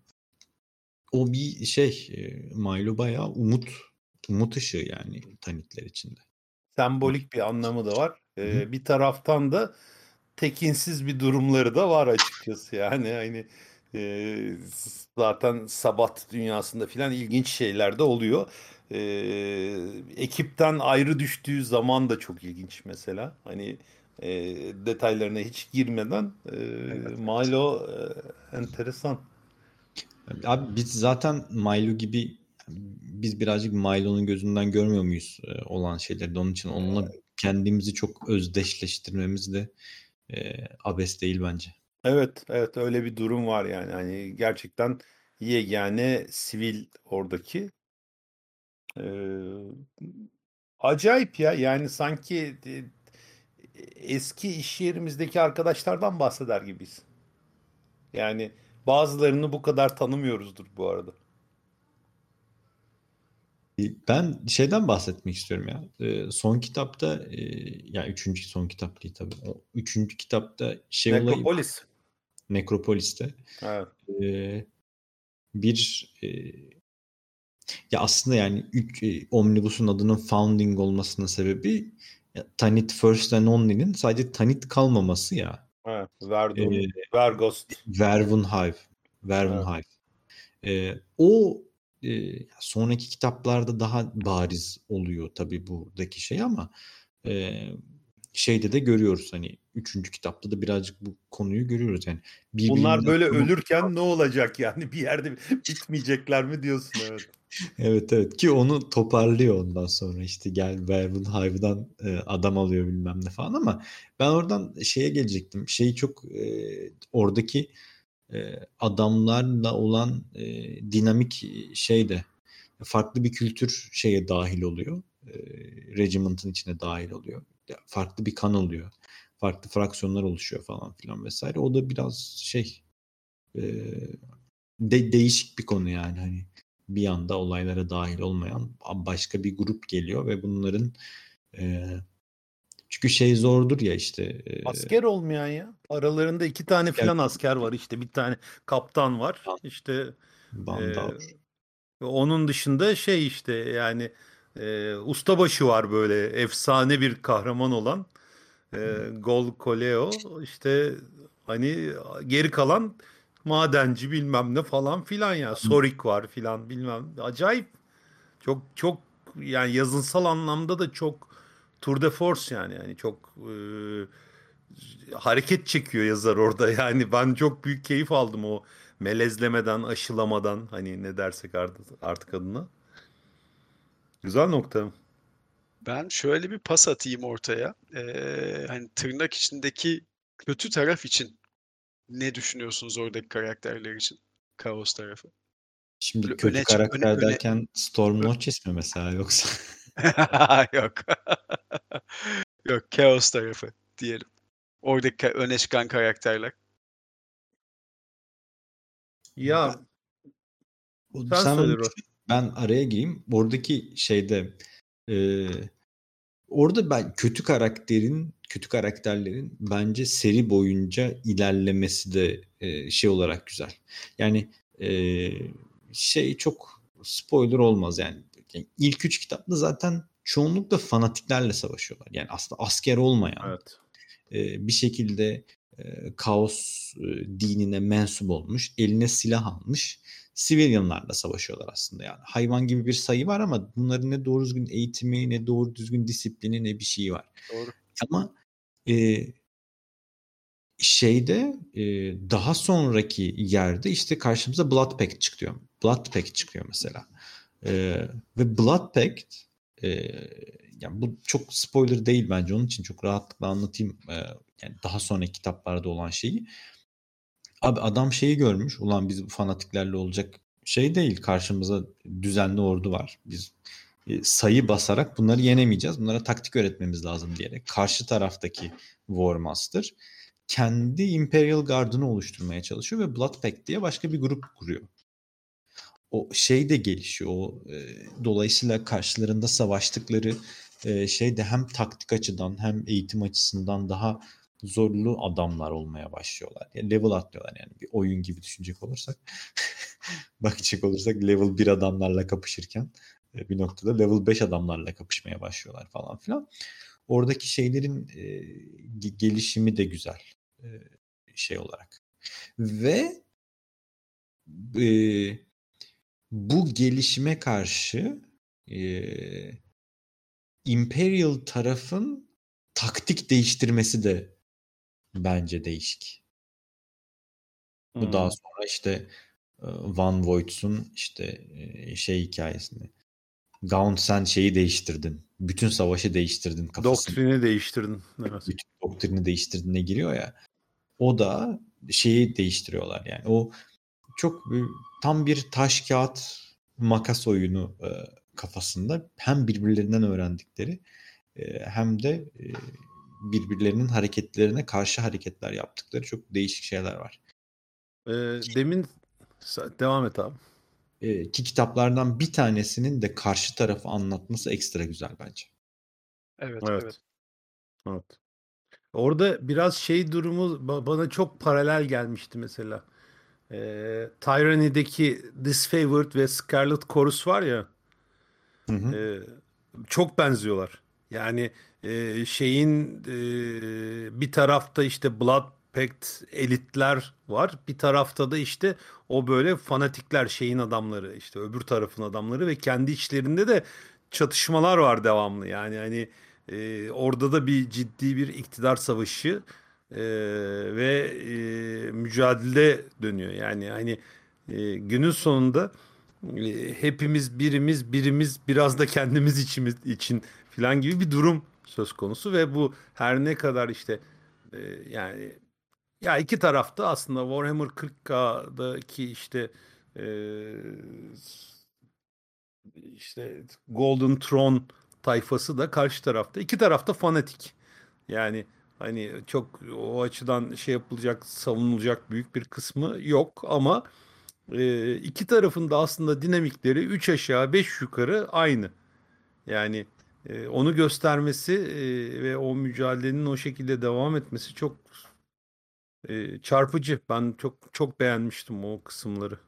S2: O bir şey e, Milo bayağı umut umut ışığı yani Tanitler içinde.
S1: Sembolik bir anlamı da var.
S2: Hı hı.
S1: Ee, bir taraftan da tekinsiz bir durumları da var açıkçası. Yani hani e, zaten Sabat dünyasında filan ilginç şeyler de oluyor. E, ekipten ayrı düştüğü zaman da çok ilginç mesela. Hani e, detaylarına hiç girmeden e,
S3: Evet, evet.
S1: Milo e, enteresan.
S2: Abi biz zaten Milo gibi biz birazcık Milo'nun gözünden görmüyor muyuz e, olan şeyleri de onun için onunla kendimizi çok özdeşleştirmemiz de e, abes değil bence.
S1: Evet, evet öyle bir durum var yani. Hani gerçekten yegane sivil oradaki. Ee, acayip ya yani sanki e, eski iş yerimizdeki arkadaşlardan bahseder gibiyiz. Yani bazılarını bu kadar tanımıyoruzdur bu arada.
S2: E, Ben şeyden bahsetmek istiyorum ya. E, son kitapta e, ya üçüncü son kitap değil tabii. O üçüncü kitapta şey olayı
S1: Nekropolis.
S2: Nekropolis'te
S1: Evet.
S2: e, bir e, ya aslında yani üç, e, Omnibus'un adının Founding olmasının sebebi ya, Tanith First and Only'nin sadece Tanith kalmaması ya.
S1: Evet.
S2: E,
S1: Verdun, Vergost.
S2: Vervunhive.
S1: Evet.
S2: Vervunhive. E, o e, sonraki kitaplarda daha bariz oluyor tabii buradaki şey ama e, şeyde de görüyoruz hani üçüncü kitapta da birazcık bu konuyu görüyoruz yani
S1: Bunlar
S2: birbirinden
S1: böyle ölürken ne olacak yani bir yerde bitmeyecekler mi diyorsun evet.
S2: evet evet ki onu toparlıyor ondan sonra işte gel Verwolf e, adam alıyor bilmem ne falan ama ben oradan şeye gelecektim. Şeyi çok e, oradaki e, adamlarla olan e, dinamik şey de farklı bir kültür şeye dahil oluyor. E, regiment'ın içine dahil oluyor. Ya, farklı bir kan oluyor. Farklı fraksiyonlar oluşuyor falan filan vesaire. O da biraz şey e, de, değişik bir konu yani hani bir anda olaylara dahil olmayan başka bir grup geliyor ve bunların e, çünkü şey zordur ya işte e,
S1: Asker olmayan ya. Aralarında iki tane
S2: asker
S1: filan asker var işte bir tane kaptan var. İşte e,
S2: Vandal.
S1: onun dışında şey işte yani e, ustabaşı var böyle efsane bir kahraman olan e, Gol Koleo işte hani geri kalan madenci bilmem ne falan filan ya Sorik var filan bilmem acayip çok çok yani yazınsal anlamda da çok tour de force yani yani çok e, hareket çekiyor yazar orada yani ben çok büyük keyif aldım o melezlemeden aşılamadan hani ne dersek artık, artık adına. Güzel nokta.
S3: Ben şöyle bir pas atayım ortaya. Ee, hani tırnak içindeki kötü taraf için ne düşünüyorsunuz oradaki karakterler için? Kaos tarafı.
S2: Şimdi
S3: Böyle
S2: kötü
S3: öne çık öne
S2: karakter
S3: öne
S2: derken Storm
S3: ö-
S2: Notches mi mesela yoksa?
S3: yok. Yok, Chaos tarafı diyelim. Oradaki ka- öne çıkan karakterler.
S1: Ya
S2: Ben,
S1: sen
S2: sen onu
S1: söyle
S2: düşün.
S1: Ro.
S2: ben araya gireyim. Oradaki şeyde e, orada ben kötü karakterin kötü karakterlerin bence seri boyunca ilerlemesi de e, şey olarak güzel. Yani e, şey çok spoiler olmaz yani. Yani ilk üç kitapta zaten çoğunlukla fanatiklerle savaşıyorlar. Yani aslında asker olmayan
S1: Evet.
S2: e, bir şekilde e, kaos e, dinine mensup olmuş, eline silah almış civilianlarla savaşıyorlar aslında yani. Hayvan gibi bir sayı var ama bunların ne doğru düzgün eğitimi, ne doğru düzgün disiplini, ne bir şey var.
S3: Doğru.
S2: Ama e, şeyde e, daha sonraki yerde işte karşımıza Blood Pact çıkıyor. Blood Pact çıkıyor mesela. E, ve Blood Pact e, yani bu çok spoiler değil bence. Onun için çok rahatlıkla anlatayım. E, yani daha sonraki kitaplarda olan şeyi. Abi adam şeyi görmüş. Ulan biz bu fanatiklerle olacak şey değil. Karşımıza düzenli ordu var. Biz e, sayı basarak bunları yenemeyeceğiz. Bunlara taktik öğretmemiz lazım diyerek. Karşı taraftaki War Master kendi Imperial Guard'ını oluşturmaya çalışıyor ve Blood Pact diye başka bir grup kuruyor. O şey de gelişiyor. O e, dolayısıyla karşılarında savaştıkları e, şey de hem taktik açıdan hem eğitim açısından daha zorlu adamlar olmaya başlıyorlar. Yani level atlıyorlar yani bir oyun gibi düşünecek olursak. Bakacak olursak level bir adamlarla kapışırken e, bir noktada level beş adamlarla kapışmaya başlıyorlar falan filan. Oradaki şeylerin e, ge- gelişimi de güzel e, şey olarak. Ve e, bu gelişime karşı e, Imperial tarafın taktik değiştirmesi de bence değişik. Bu daha
S1: Hmm.
S2: sonra işte e, Van Voigt'sun işte e, şey hikayesini. Gaunt sen şeyi değiştirdin. Bütün savaşı değiştirdin kafasını.
S1: Doktrini değiştirdin. Evet.
S2: Bütün doktrini değiştirdiğine giriyor ya. O da şeyi değiştiriyorlar yani. O çok bir- tam bir taş kağıt makas oyunu e, kafasında hem birbirlerinden öğrendikleri e, hem de e, birbirlerinin hareketlerine karşı hareketler yaptıkları çok değişik şeyler var.
S1: Ee, demin Sa- devam et abi.
S2: E, ki kitaplardan bir tanesinin de karşı tarafı anlatması ekstra güzel bence.
S3: Evet, evet.
S1: Evet. Evet. Orada biraz şey durumu ba- bana çok paralel gelmişti mesela. Ee, Tyranny'deki Disfavored ve Scarlet Chorus var ya,
S2: Hı hı.
S1: e, çok benziyorlar. Yani e, şeyin e, bir tarafta işte Blood Pact elitler var. Bir tarafta da işte o böyle fanatikler, şeyin adamları, işte öbür tarafın adamları ve kendi içlerinde de çatışmalar var devamlı. Yani hani e, orada da bir ciddi bir iktidar savaşı e, ve e, mücadele dönüyor. Yani hani e, günün sonunda e, hepimiz birimiz birimiz biraz da kendimiz içimiz için filan gibi bir durum söz konusu ve bu her ne kadar işte e, yani ya iki tarafta aslında Warhammer kırk K'daki işte e, işte Golden Throne tayfası da karşı tarafta. İki tarafta fanatik. Yani hani çok o açıdan şey yapılacak, savunulacak büyük bir kısmı yok ama e, iki tarafın da aslında dinamikleri üç aşağı beş yukarı aynı. Yani e, onu göstermesi e, ve o mücadelenin o şekilde devam etmesi çok e, çarpıcı. Ben çok çok beğenmiştim o kısımları.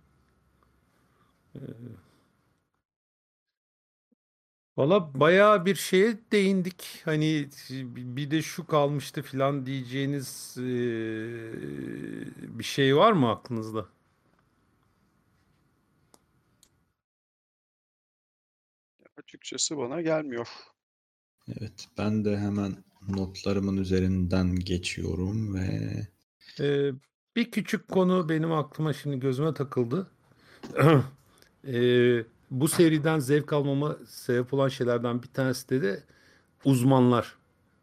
S1: Valla bayağı bir şeye değindik. Hani bir de şu kalmıştı filan diyeceğiniz e, bir şey var mı aklınızda?
S3: Açıkçası bana gelmiyor.
S2: Evet, ben de hemen notlarımın üzerinden geçiyorum ve
S1: E, bir küçük konu benim aklıma şimdi gözüme takıldı. E, bu seriden zevk almama sebep olan şeylerden bir tanesi de, de uzmanlar.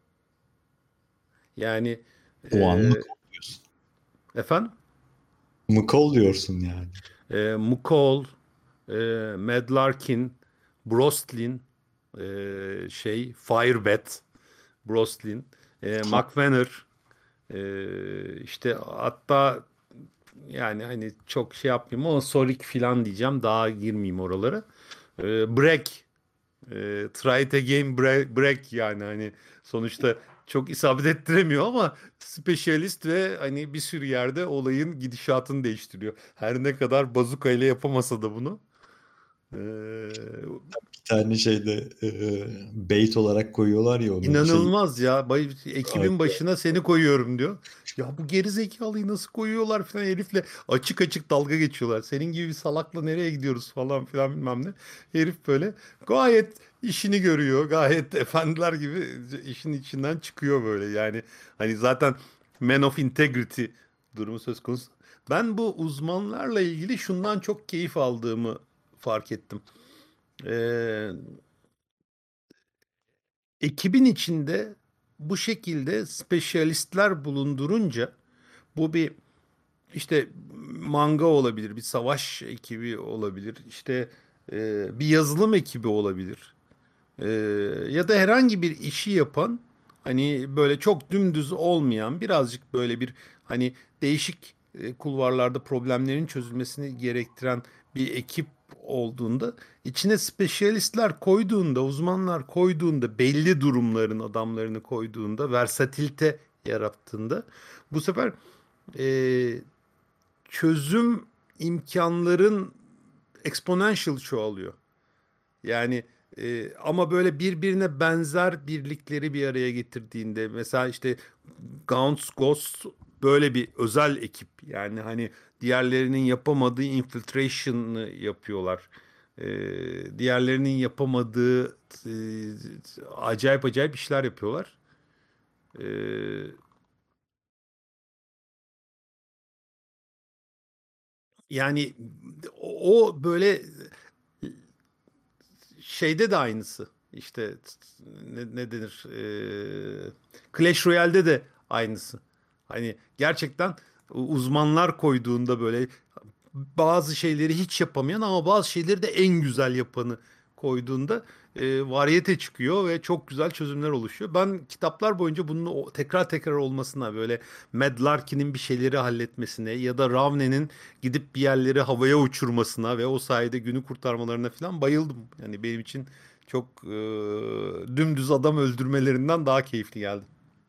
S1: Yani
S2: o an mı
S1: e,
S2: kolluyorsun?
S1: efendim
S2: Mı kolluyorsun yani?
S1: e, McCall, e, Mad Larkin, Brostlin, e, şey Firebat, Brostlin, e,
S2: Tam
S1: McVanner, e, işte hatta yani hani çok şey yapmayayım ama Sorik filan diyeceğim. Daha girmeyeyim oralara. Ee, break. Ee, try it again, break, break yani hani sonuçta çok isabet ettiremiyor ama spesyalist ve hani bir sürü yerde olayın gidişatını değiştiriyor. Her ne kadar bazuka ile yapamasa da bunu. Ee,
S2: Bir tane şeyde e, bait olarak koyuyorlar ya onu şey.
S1: İnanılmaz ya. Bay- Ekibin
S2: Harika.
S1: başına seni koyuyorum diyor. Ya bu geri zekalıyı nasıl koyuyorlar falan herifle açık açık dalga geçiyorlar. Senin gibi bir salakla nereye gidiyoruz falan filan bilmem ne. Herif böyle gayet işini görüyor. Gayet efendiler gibi işin içinden çıkıyor böyle. Yani hani zaten man of integrity durumu söz konusu. Ben bu uzmanlarla ilgili şundan çok keyif aldığımı fark ettim. Ee, Ekibin içinde bu şekilde spesyalistler bulundurunca bu bir işte manga olabilir, bir savaş ekibi olabilir, işte e, bir yazılım ekibi olabilir. E, Ya da herhangi bir işi yapan hani böyle çok dümdüz olmayan birazcık böyle bir hani değişik e, kulvarlarda problemlerin çözülmesini gerektiren bir ekip olduğunda içine spesyalistler koyduğunda, uzmanlar koyduğunda, belli durumların adamlarını koyduğunda, versatilite yarattığında bu sefer e, çözüm imkanların exponential çoğalıyor. Yani e, ama böyle birbirine benzer birlikleri bir araya getirdiğinde mesela işte Gaunt's Ghost böyle bir özel ekip. Yani hani diğerlerinin yapamadığı infiltration'ı yapıyorlar. E, Diğerlerinin yapamadığı e, acayip acayip işler yapıyorlar. E, Yani o o böyle şeyde de aynısı. İşte ne, ne denir? Ee, Clash Royale'de de aynısı. Hani gerçekten uzmanlar koyduğunda böyle bazı şeyleri hiç yapamayan ama bazı şeyleri de en güzel yapanı koyduğunda e, varyete çıkıyor ve çok güzel çözümler oluşuyor. Ben kitaplar boyunca bunun o- tekrar tekrar olmasına böyle Mad Larkin'in bir şeyleri halletmesine ya da Ravne'nin gidip bir yerleri havaya uçurmasına ve o sayede günü kurtarmalarına falan bayıldım. Yani benim için çok e, dümdüz adam öldürmelerinden daha keyifli geldi.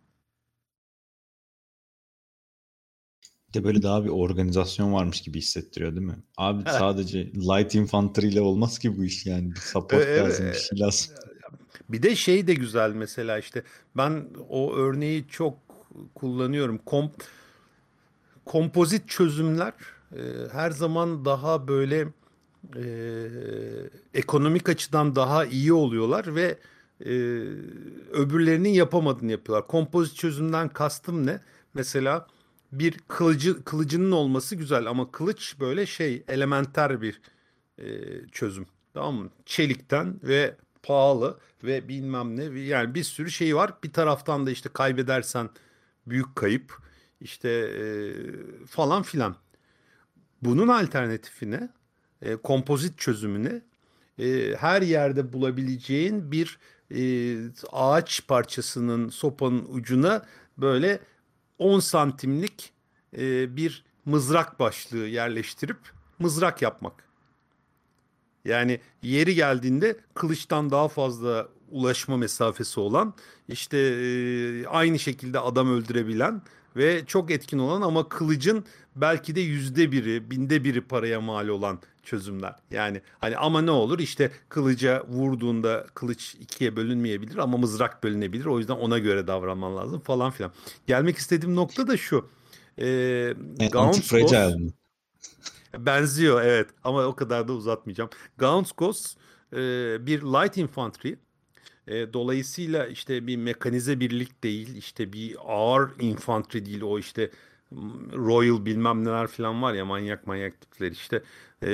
S2: Bir de böyle daha bir organizasyon varmış gibi hissettiriyor değil mi? Abi sadece light infantry ile olmaz ki bu iş yani. Bir support lazım, bir
S1: Evet.
S2: şey lazım.
S1: Bir de şey de güzel mesela işte ben o örneği çok kullanıyorum. Kom kompozit çözümler e, her zaman daha böyle e, ekonomik açıdan daha iyi oluyorlar ve e, öbürlerinin yapamadığını yapıyorlar. Kompozit çözümden kastım ne? Mesela bir kılıcı kılıcının olması güzel ama kılıç böyle şey elementer bir e, çözüm. Tamam mı? Çelikten ve pahalı ve bilmem ne yani bir sürü şey var. Bir taraftan da işte kaybedersen büyük kayıp işte e, falan filan. Bunun alternatifine e, kompozit çözümüne e, her yerde bulabileceğin bir e, ağaç parçasının sopanın ucuna böyle on santimlik e, bir mızrak başlığı yerleştirip mızrak yapmak. Yani yeri geldiğinde kılıçtan daha fazla ulaşma mesafesi olan işte e, aynı şekilde adam öldürebilen ve çok etkin olan ama kılıcın belki de yüzde biri, binde biri paraya mal olan çözümler. Yani hani ama ne olur işte kılıca vurduğunda kılıç ikiye bölünmeyebilir ama mızrak bölünebilir. O yüzden ona göre davranman lazım falan filan. Gelmek istediğim nokta da şu. E,
S2: Yani
S1: Gaunt's
S2: anti-fragile mi?
S1: benziyor evet ama o kadar da uzatmayacağım. Gaunt's Ghost e, bir light infantry. E, dolayısıyla işte bir mekanize birlik değil, işte bir ağır infantry değil o işte m, Royal bilmem neler falan var ya manyak manyak tipler işte. E,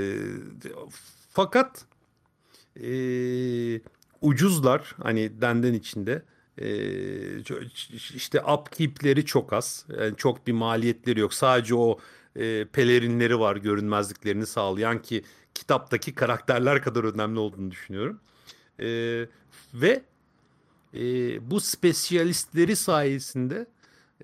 S1: Fakat e, ucuzlar hani denden içinde. E, ço- işte upkeep'leri çok az. Yani çok bir maliyetleri yok. Sadece o e, pelerinleri var görünmezliklerini sağlayan ki kitaptaki karakterler kadar önemli olduğunu düşünüyorum. E, Ve e, bu spesyalistleri sayesinde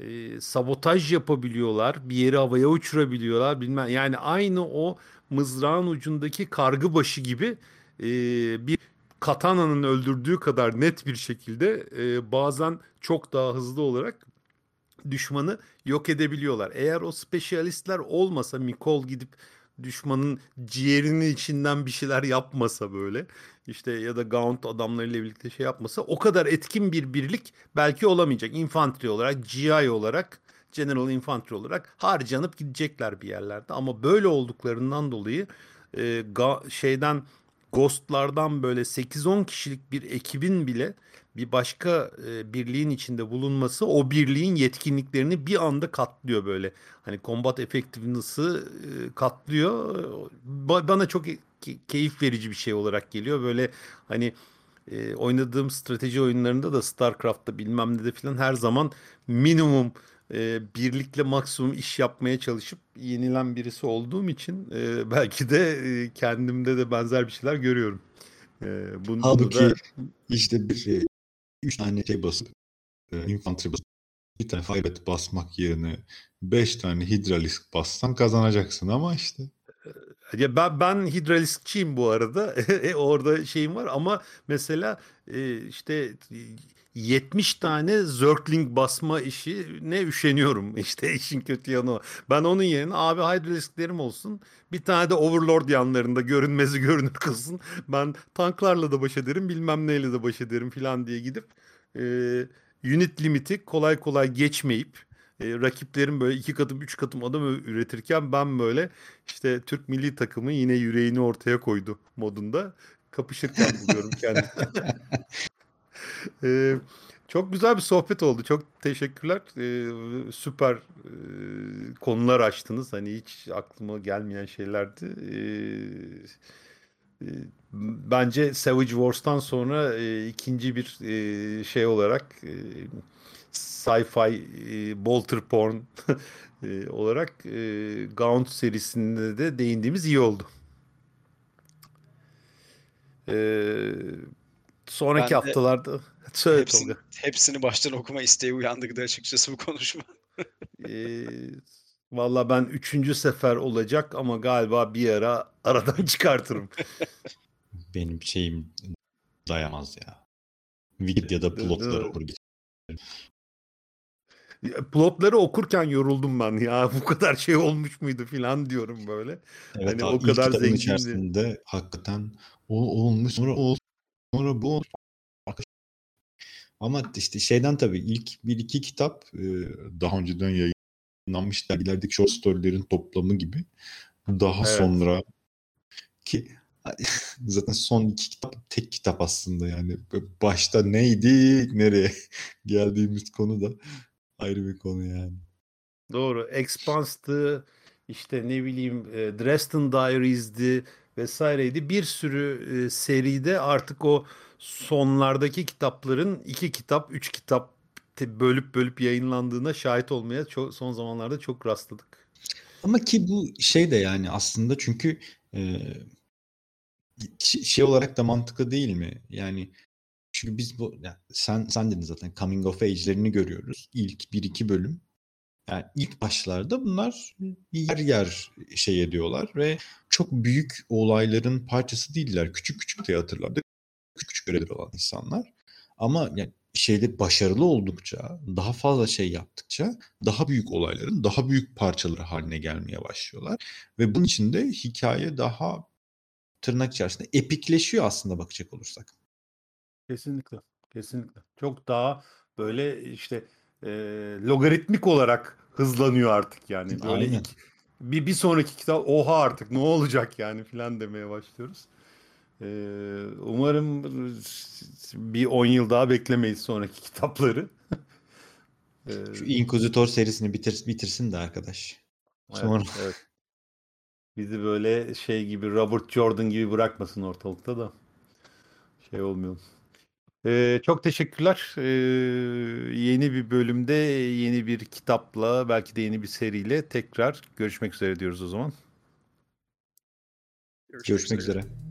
S1: e, sabotaj yapabiliyorlar, bir yeri havaya uçurabiliyorlar, bilmem. Yani aynı o mızrağın ucundaki kargı başı gibi e, bir katananın öldürdüğü kadar net bir şekilde e, bazen çok daha hızlı olarak düşmanı yok edebiliyorlar. Eğer o spesyalistler olmasa, Mikol gidip düşmanın ciğerinin içinden bir şeyler yapmasa böyle işte ya da Gaunt adamlarıyla birlikte şey yapmasa o kadar etkin bir birlik belki olamayacak. Infantry olarak, G I olarak, General Infantry olarak harcanıp gidecekler bir yerlerde. Ama böyle olduklarından dolayı e, ga- şeyden Ghost'lardan böyle sekiz on kişilik bir ekibin bile bir başka e, birliğin içinde bulunması o birliğin yetkinliklerini bir anda katlıyor böyle. Hani combat effectiveness'ı e, katlıyor. Ba- bana çok ke- keyif verici bir şey olarak geliyor. Böyle hani e, oynadığım strateji oyunlarında da StarCraft'ta bilmem ne de filan her zaman minimum e, birlikle maksimum iş yapmaya çalışıp yenilen birisi olduğum için e, belki de e, kendimde de benzer bir şeyler görüyorum. E, bun- bunu
S2: Halbuki
S1: da
S2: işte bir şey, üç tane şey basıp, e, infantry basıp, bir tane firebet basmak yerine beş tane hydralisk bassan kazanacaksın ama işte.
S1: Ya ben ben hidraliskçiyim bu arada. E, Orada şeyim var ama mesela e, işte yetmiş tane Zergling basma işi ne üşeniyorum. İşte işin kötü yanı o. Ben onun yerine abi hidralisklerim olsun. Bir tane de Overlord yanlarında görünmezi görünür kılsın. Ben tanklarla da baş ederim, bilmem neyle de baş ederim falan diye gidip e, unit limiti kolay kolay geçmeyip e, rakiplerin böyle iki katım üç katım adam ö- üretirken ben böyle işte Türk milli takımı yine yüreğini ortaya koydu modunda kapışırken buluyorum kendimi. Ee, Çok güzel bir sohbet oldu. Çok teşekkürler. Ee, süper e, konular açtınız. Hani hiç aklıma gelmeyen şeylerdi. Ee, e, Bence Savage Wars'tan sonra e, ikinci bir e, şey olarak e, sci-fi e, bolter porn e, olarak e, Gaunt serisinde de değindiğimiz iyi oldu. Ee, Sonraki
S3: Ben de
S1: haftalarda söyle
S3: hepsini
S1: Tolga.
S3: hepsini baştan okuma isteği uyandırdı açıkçası bu konuşma.
S1: Ee, Valla ben üçüncü sefer olacak ama galiba bir ara aradan çıkartırım.
S2: Benim şeyim dayamaz ya. Wiki ya da
S1: Değil- değil
S2: plotları
S1: mi?
S2: okur geçerim.
S1: Ya, plotları okurken yoruldum ben ya. Bu kadar şey olmuş muydu falan diyorum böyle.
S2: Evet
S1: Hani
S2: abi,
S1: o
S2: ilk
S1: kadar
S2: kitabın
S1: zengindi.
S2: içerisinde hakikaten o olmuş, sonra o, sonra bu olmuş. Ama işte şeyden tabii ilk bir iki kitap, e, daha önceden yayınlanmış dergilerdeki short story'lerin toplamı gibi. Daha
S1: Evet.
S2: sonra ki zaten son iki kitap tek kitap aslında yani. Başta neydi, nereye geldiğimiz konu da ayrı bir konu yani.
S1: Doğru. Expanse'dı, işte ne bileyim e, Dresden Diaries'di vesaireydi. Bir sürü e, seride artık o sonlardaki kitapların iki kitap, üç kitap te- bölüp bölüp yayınlandığına şahit olmaya çok, son zamanlarda çok rastladık.
S2: Ama ki bu şey de yani aslında çünkü e, ş- şey olarak da mantıklı değil mi? Yani çünkü biz bu ya sen sen dedin zaten coming of age'lerini görüyoruz. İlk bir iki bölüm. Yani ilk başlarda bunlar yer yer şey ediyorlar ve çok büyük olayların parçası değiller. Küçük küçük de hatırlardık. Küçük küçük görevleri olan insanlar. Ama yani şeyde başarılı oldukça, daha fazla şey yaptıkça daha büyük olayların daha büyük parçaları haline gelmeye başlıyorlar. Ve bunun için de hikaye daha tırnak içerisinde epikleşiyor aslında bakacak olursak.
S1: Kesinlikle. Kesinlikle. Çok daha böyle işte e, logaritmik olarak hızlanıyor artık yani. Böyle
S2: Aynen.
S1: iki, bir, bir sonraki kitap oha artık ne olacak yani filan demeye başlıyoruz. Ee, Umarım bir on yıl daha beklemeyiz sonraki kitapları.
S2: Şu
S1: Ee,
S2: Inquisitor serisini bitir, bitirsin de arkadaş.
S1: evet,
S2: Sonra
S1: evet. Bizi böyle şey gibi Robert Jordan gibi bırakmasın ortalıkta da şey olmuyor. Ee, çok teşekkürler. Ee, yeni bir bölümde yeni bir kitapla belki de yeni bir seriyle tekrar görüşmek üzere diyoruz o zaman.
S3: Görüşmek
S2: görüşmek
S3: üzere.
S2: üzere.